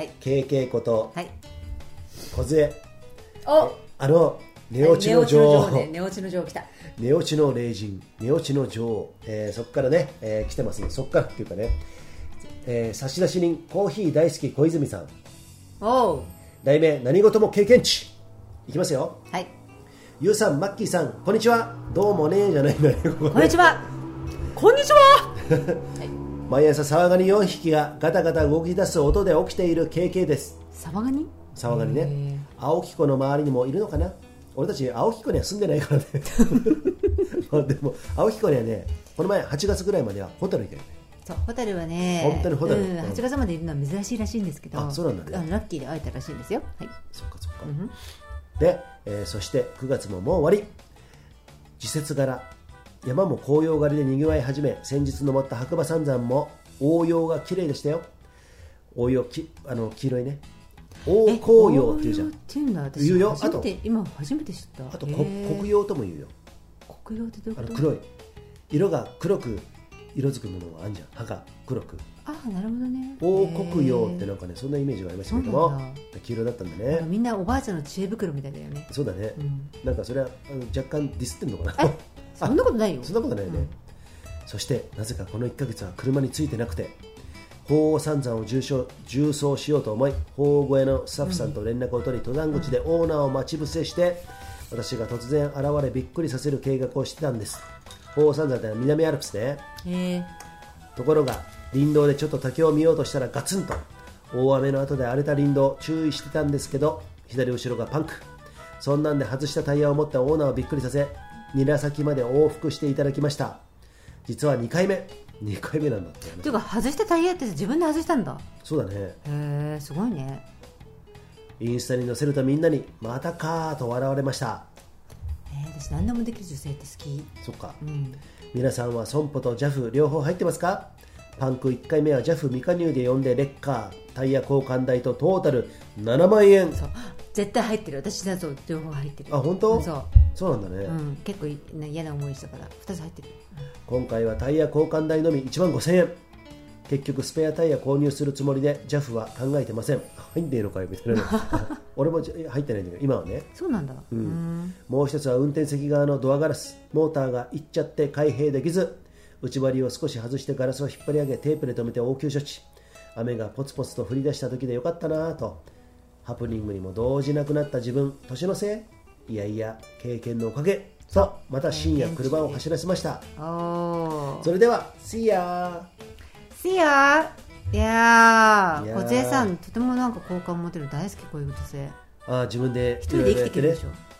ケーケー こと、 はい、 小杖、 おあの寝落ちの女王、 寝落ちの女王来た。 寝落ちの霊人、寝落ちの女王、えー、そこからね、えー、来てますね。そこからっていうかね、えー、差出人コーヒー大好き小泉さん。 おう。 題名何事も経験値。いきますよ。 はい。 ゆうさん、マッキーさん、こんにちは。どうもねじゃないんだよ。 こんにちは。こんにちは。はい、 毎朝サワガニよんひきがガタガタ動き出す音で起きている ケーケー です。 サワガニ？ サワガニね。青木湖の周りにもいるのかな。俺たち青木湖には住んでないからねまあでも青木湖にはね、この前はちがつぐらいまではホタルいたよね。 そうホタルはね、 本当にホタル、うん、 はちがつまでいるのは珍しいらしいんですけど、 あ、そうなんだね。 あのラッキーで会えたらしいんですよ。はい、 そっかそっか、うん、で、えー、そしてくがつももう終わり。時節柄、山も紅葉狩りでにぎわい始め、先日登った白馬三山も黄葉が綺麗でしたよ。黄葉きあの黄色いね、黄紅葉っていうじゃん。 っていうんだ。私言うよ。 初めて今初めて知った。 あと黒葉とも言うよ。 黒葉ってどういうこと？ あの黒い色が黒く色づくものがあるじゃん。葉が黒く。 ああ、なるほどね。 黄黒葉ってなんかね、そんなイメージがありましたけども、黄色だったんだね。 みんなおばあちゃんの知恵袋みたいだよね。 そうだね、うん、なんかそれは若干ディスってんのかな。 そんなことないよ。 そんなことないね、うん、そしてなぜかこのいっかげつは車についてなくて、鳳凰三山を重走、重走しようと思い、鳳凰越えのスタッフさんと連絡を取り、登山口でオーナーを待ち伏せして、私が突然現れびっくりさせる計画をしてたんです。鳳凰三山って南アルプスね。 へところが林道でちょっと竹を見ようとしたらガツンと、大雨の後で荒れた林道、注意してたんですけど左後ろがパンク。そんなんで外したタイヤを持ったオーナーをびっくりさせ、韮崎まで往復していただきました。実はにかいめにかいめなんだって、ね、 ていうか外したタイヤって自分で外したんだ。 そうだね。 へえ、すごいね。 インスタに載せるとみんなにまたかーと笑われました。 えー、私何でもできる女性って好き。 そっか、 うん、 皆さんは損保と ジャフ 両方入ってますか？パンクいっかいめは ジャフ 未加入で呼んでレッカー、タイヤ交換代とトータルななまんえん。 そう絶対入ってる。私だと両方入ってる。 あ、本当？ そうそうなんだね、 うん、結構嫌な思いしたからふたつ入ってる。 今回はタイヤ交換代のみいちまんごせんえん。結局スペアタイヤ購入するつもりで ジャフ は考えてません。入んねえのかよみたいな俺も入ってないんだけど今はね。 そうなんだ、 うん、うんもう一つは運転席側のドアガラス、モーターがいっちゃって開閉できず、内張りを少し外してガラスを引っ張り上げテープで留めて応急処置。雨がポツポツと降り出した時でよかったなぁと。ハプニングにも動じなくなった自分、年のせい？いやいや経験のおかげ。さあまた深夜車を走らせました。それでは See ya See ya。 いやー、小杖さんとてもなんか好感を持てる。大好きこういう女性。 あ、自分で一人で生きていけるでしょ。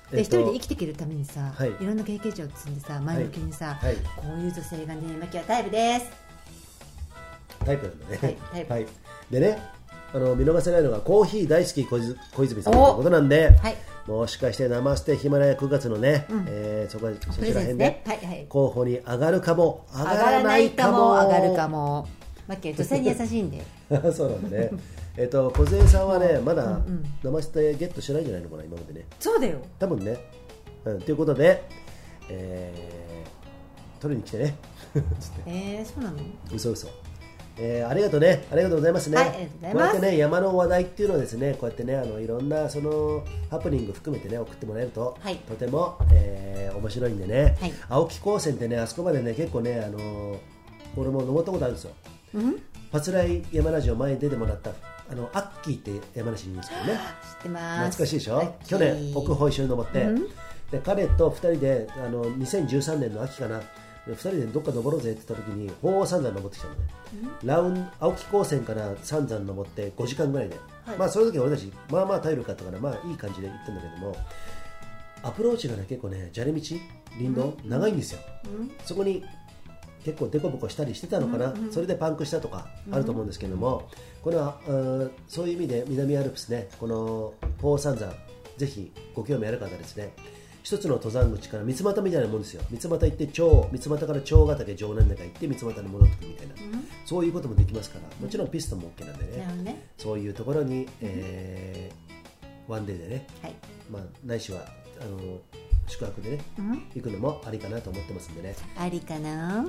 で、えっと、一人で生きていけるためにさ、はい、いろんな経験値を積んでさ、前向きにさ、はいはい、こういう女性がね、マキはタイプです。 タイプなんだね。はい、タイプ、はい、でね、あの見逃せないのがコーヒー大好き小泉さんということなんで、はい、もしかしてナマステヒマラヤくがつのね、うん、えー、そこそちら辺で、ね、はいはい、候補に上がるかも上がらないかも上がるかも。マキは女性に優しいんで。 そうなんだね。えっと小泉さんはね、まだナマステゲットしてないんじゃないのかな、今までね。 そうだよ。 多分ね。うん、ということで、えー、取りに来てね。 えー、そうなの？ 嘘嘘。えー、ありがとうね、ありがとうございますね。はい、ありがとうございます。こうやってね、山の話題っていうのをですね、こうやってね、あのいろんなそのハプニング含めてね、送ってもらえると、はい、とても、えー、面白いんでね、はい、青木高専ってね、あそこまでね、結構ね、あのー、俺も登ったことあるんですよ。うん、パツライ山梨を前に出てもらったあのアッキーって山梨にいるんですけどね。 知ってます。 懐かしいでしょ。去年奥保一緒に登って、うん、で彼とふたりであのにせんじゅうさんねんの秋かな、ふたりでどっか登ろうぜって言った時に鳳凰三山登ってきたのね、うん、ラウン青木高専から三山登ってごじかんぐらいで、はい、まあその時俺たちまあまあ体力あったからまあいい感じで行ったんだけども、アプローチがね結構ね砂利道林道、うん、長いんですよ、うん、そこに結構デコボコしたりしてたのかな、うんうん、それでパンクしたとかあると思うんですけども、うん、これはそういう意味で南アルプスね、この鳳凰三山ぜひご興味ある方ですね、一つの登山口から三俣みたいなもんですよ。三俣行って長三俣から長ヶ岳城南岳行って三俣に戻ってくるみたいな、うん、そういうこともできますから、もちろんピストンも OK なんで ね, ねそういうところに、うんえー、ワンデーでね、はいまあ、ないしはあの宿泊でね、うん、行くのもありかなと思ってますんでね。 ありかな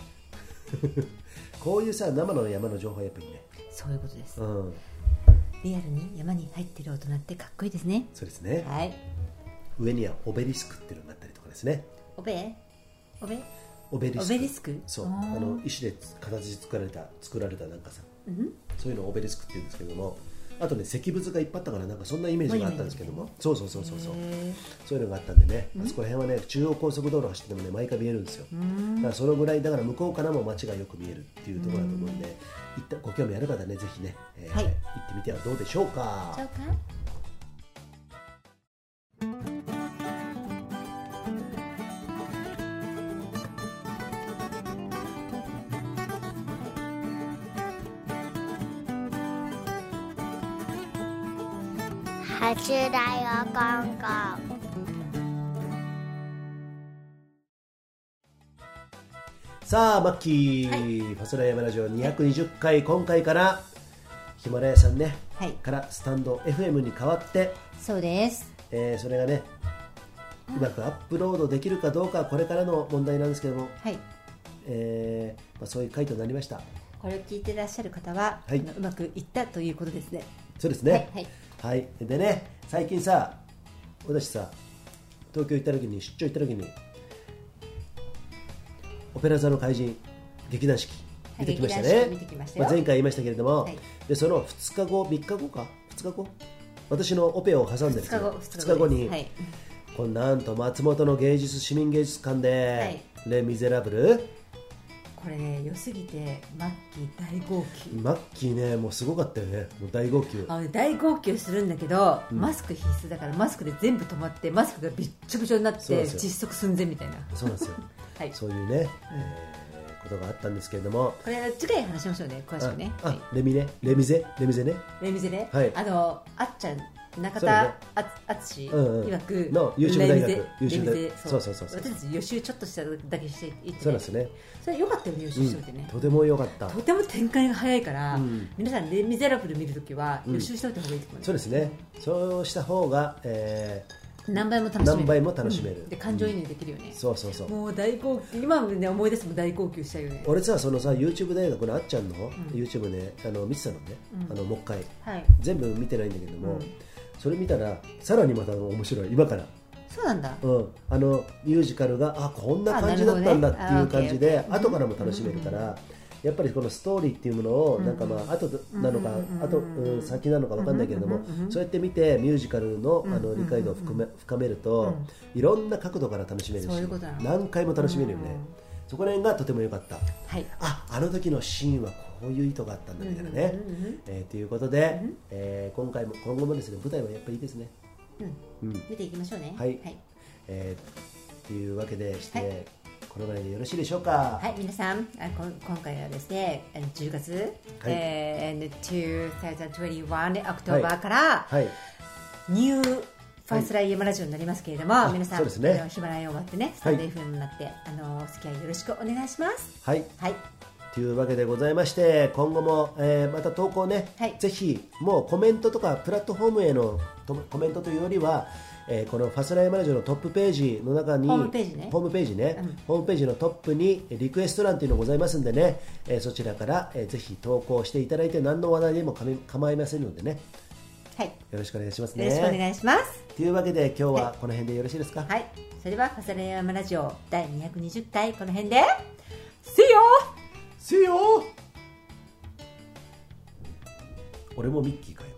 こういうさ生の山の情報やっぱりね、 そういうことです、うん、リアルに山に入ってる大人ってかっこいいですね。 そうですね、はい、上にはオベリスクっていうのがあったりとかですね。 オベオベオベリスク、 オベリスクそうあの石で形作られた作られたなんかさ、うん、そういうのをオベリスクって言うんですけども、あとね石仏がいっぱいあったからなんかそんなイメージがあったんですけども、そうそうそうそうそうそういうのがあったんでね、あそこら辺はね中央高速道路走っててもね毎回見えるんですよ。だからそのぐらいだから向こうからも街がよく見えるっていうところだと思うんで、行ったご興味ある方ねぜひね、えーはい、行ってみてはどうでしょうか。 そうか八大おこんこん。さあマッキー、はい、ファスラヤマラジオにひゃくにじゅっかい、今回からヒマラヤさんね、はい、からスタンド エフエム に変わって、 そうです、 えー、それがねうまくアップロードできるかどうかはこれからの問題なんですけども、はいえーまあ、そういう回となりました。 これを聞いていらっしゃる方は、はい、うまくいったということですね。 そうですね、はいはいはい、でね最近さ私さ東京行った時に出張行った時にオペラ座の怪人劇団四季見てきましたね、はい、見てきましたよ。まあ、前回言いましたけれども、はい、でそのふつかごみっかごかふつかご私のオペを挟んでるんですよ。ふつかごに、はい、このなんと松本の芸術市民芸術館で、はい、レ・ミゼラブルこれね良すぎてマッキー大号泣。 マッキーねもうすごかったよね。もう大号泣あの、ね、大号泣するんだけど、うん、マスク必須だからマスクで全部止まってマスクがびっちょびちょになって窒息寸前みたいな。 そうなんですよ、はい、そういうね、えー、ことがあったんですけれども、 これ次回話しましょうね詳しくね。 あ、はい、レミねレミゼレミゼねレミゼね、はい、あのあっちゃん中田敦曰くの優秀大学優秀大学そうそうそうそう、私たち予習ちょっとしただけしていって、ね、 そうですね。 それ良かったよね予習しておいてね、 うん、とても良かった。 とても展開が早いから、うん、皆さんレ・ミゼラブル見るときは予習しておいた方がいいと思う、ね、 うん、そうですね。そうした方が、えー、何倍も楽しめる。 何倍も楽しめる、 うん、で感情移入できるよね、 うん、そうそうそう。 もう大号泣今もね思い出しても大号泣しちゃうよね。 俺さそのさ YouTube 大学のあっちゃんの、うん、YouTube ねあの見てたのね、うん、あのもう一回、はい、全部見てないんだけども、うん、それ見たらさらにまた面白い今から。 そうなんだ、 うん、あのミュージカルがあこんな感じだったんだっていう感じで、ね、後からも楽しめるから、うんうん、やっぱりこのストーリーっていうものをなんかまあ後なのか、うん、後、うん、先なのか分かんないけれども、うん、そうやって見てミュージカルの、あの理解度を深め、深めると、うん、いろんな角度から楽しめるし何回も楽しめるよね、うん、そこら辺がとても良かった、はい、ああの時のシーンはこういう意図があったんだみたいなね、うんうんうんえー、ということで、うんえー、今回も今後もですね舞台はやっぱりいいですね、うんうん、見ていきましょうね。 はい、はい、えー、というわけでして、はい、このぐらいでよろしいでしょうか。 はい、皆さん、あこ今回はですね、じゅうがつ、はい、えー、にせんにじゅういちオクトーバーから、はいはい、ニューファーストライヤマラジオになりますけれども、はい、皆さん、ね、あのヒマラヤ終わってね、スタンド エフエム になって、はい、あのお付き合いよろしくお願いします。 はい、はい、というわけでございまして、今後も、えー、また投稿ね、はい、ぜひもうコメントとかプラットフォームへのコメントというよりは、えー、このファスライマラジオのトップページの中にホームページね、 ホームページね、うん、ホームページのトップにリクエスト欄というのがございますんでね、えー、そちらから、えー、ぜひ投稿していただいて、何の話題でも構いませんのでね、はい、よろしくお願いしますね。 よろしくお願いします。 というわけで今日はこの辺でよろしいですか。 はい、はい、それではファスライマラジオだいにひゃくにじゅっかいこの辺で See you! See you! 俺もミッキーかよ。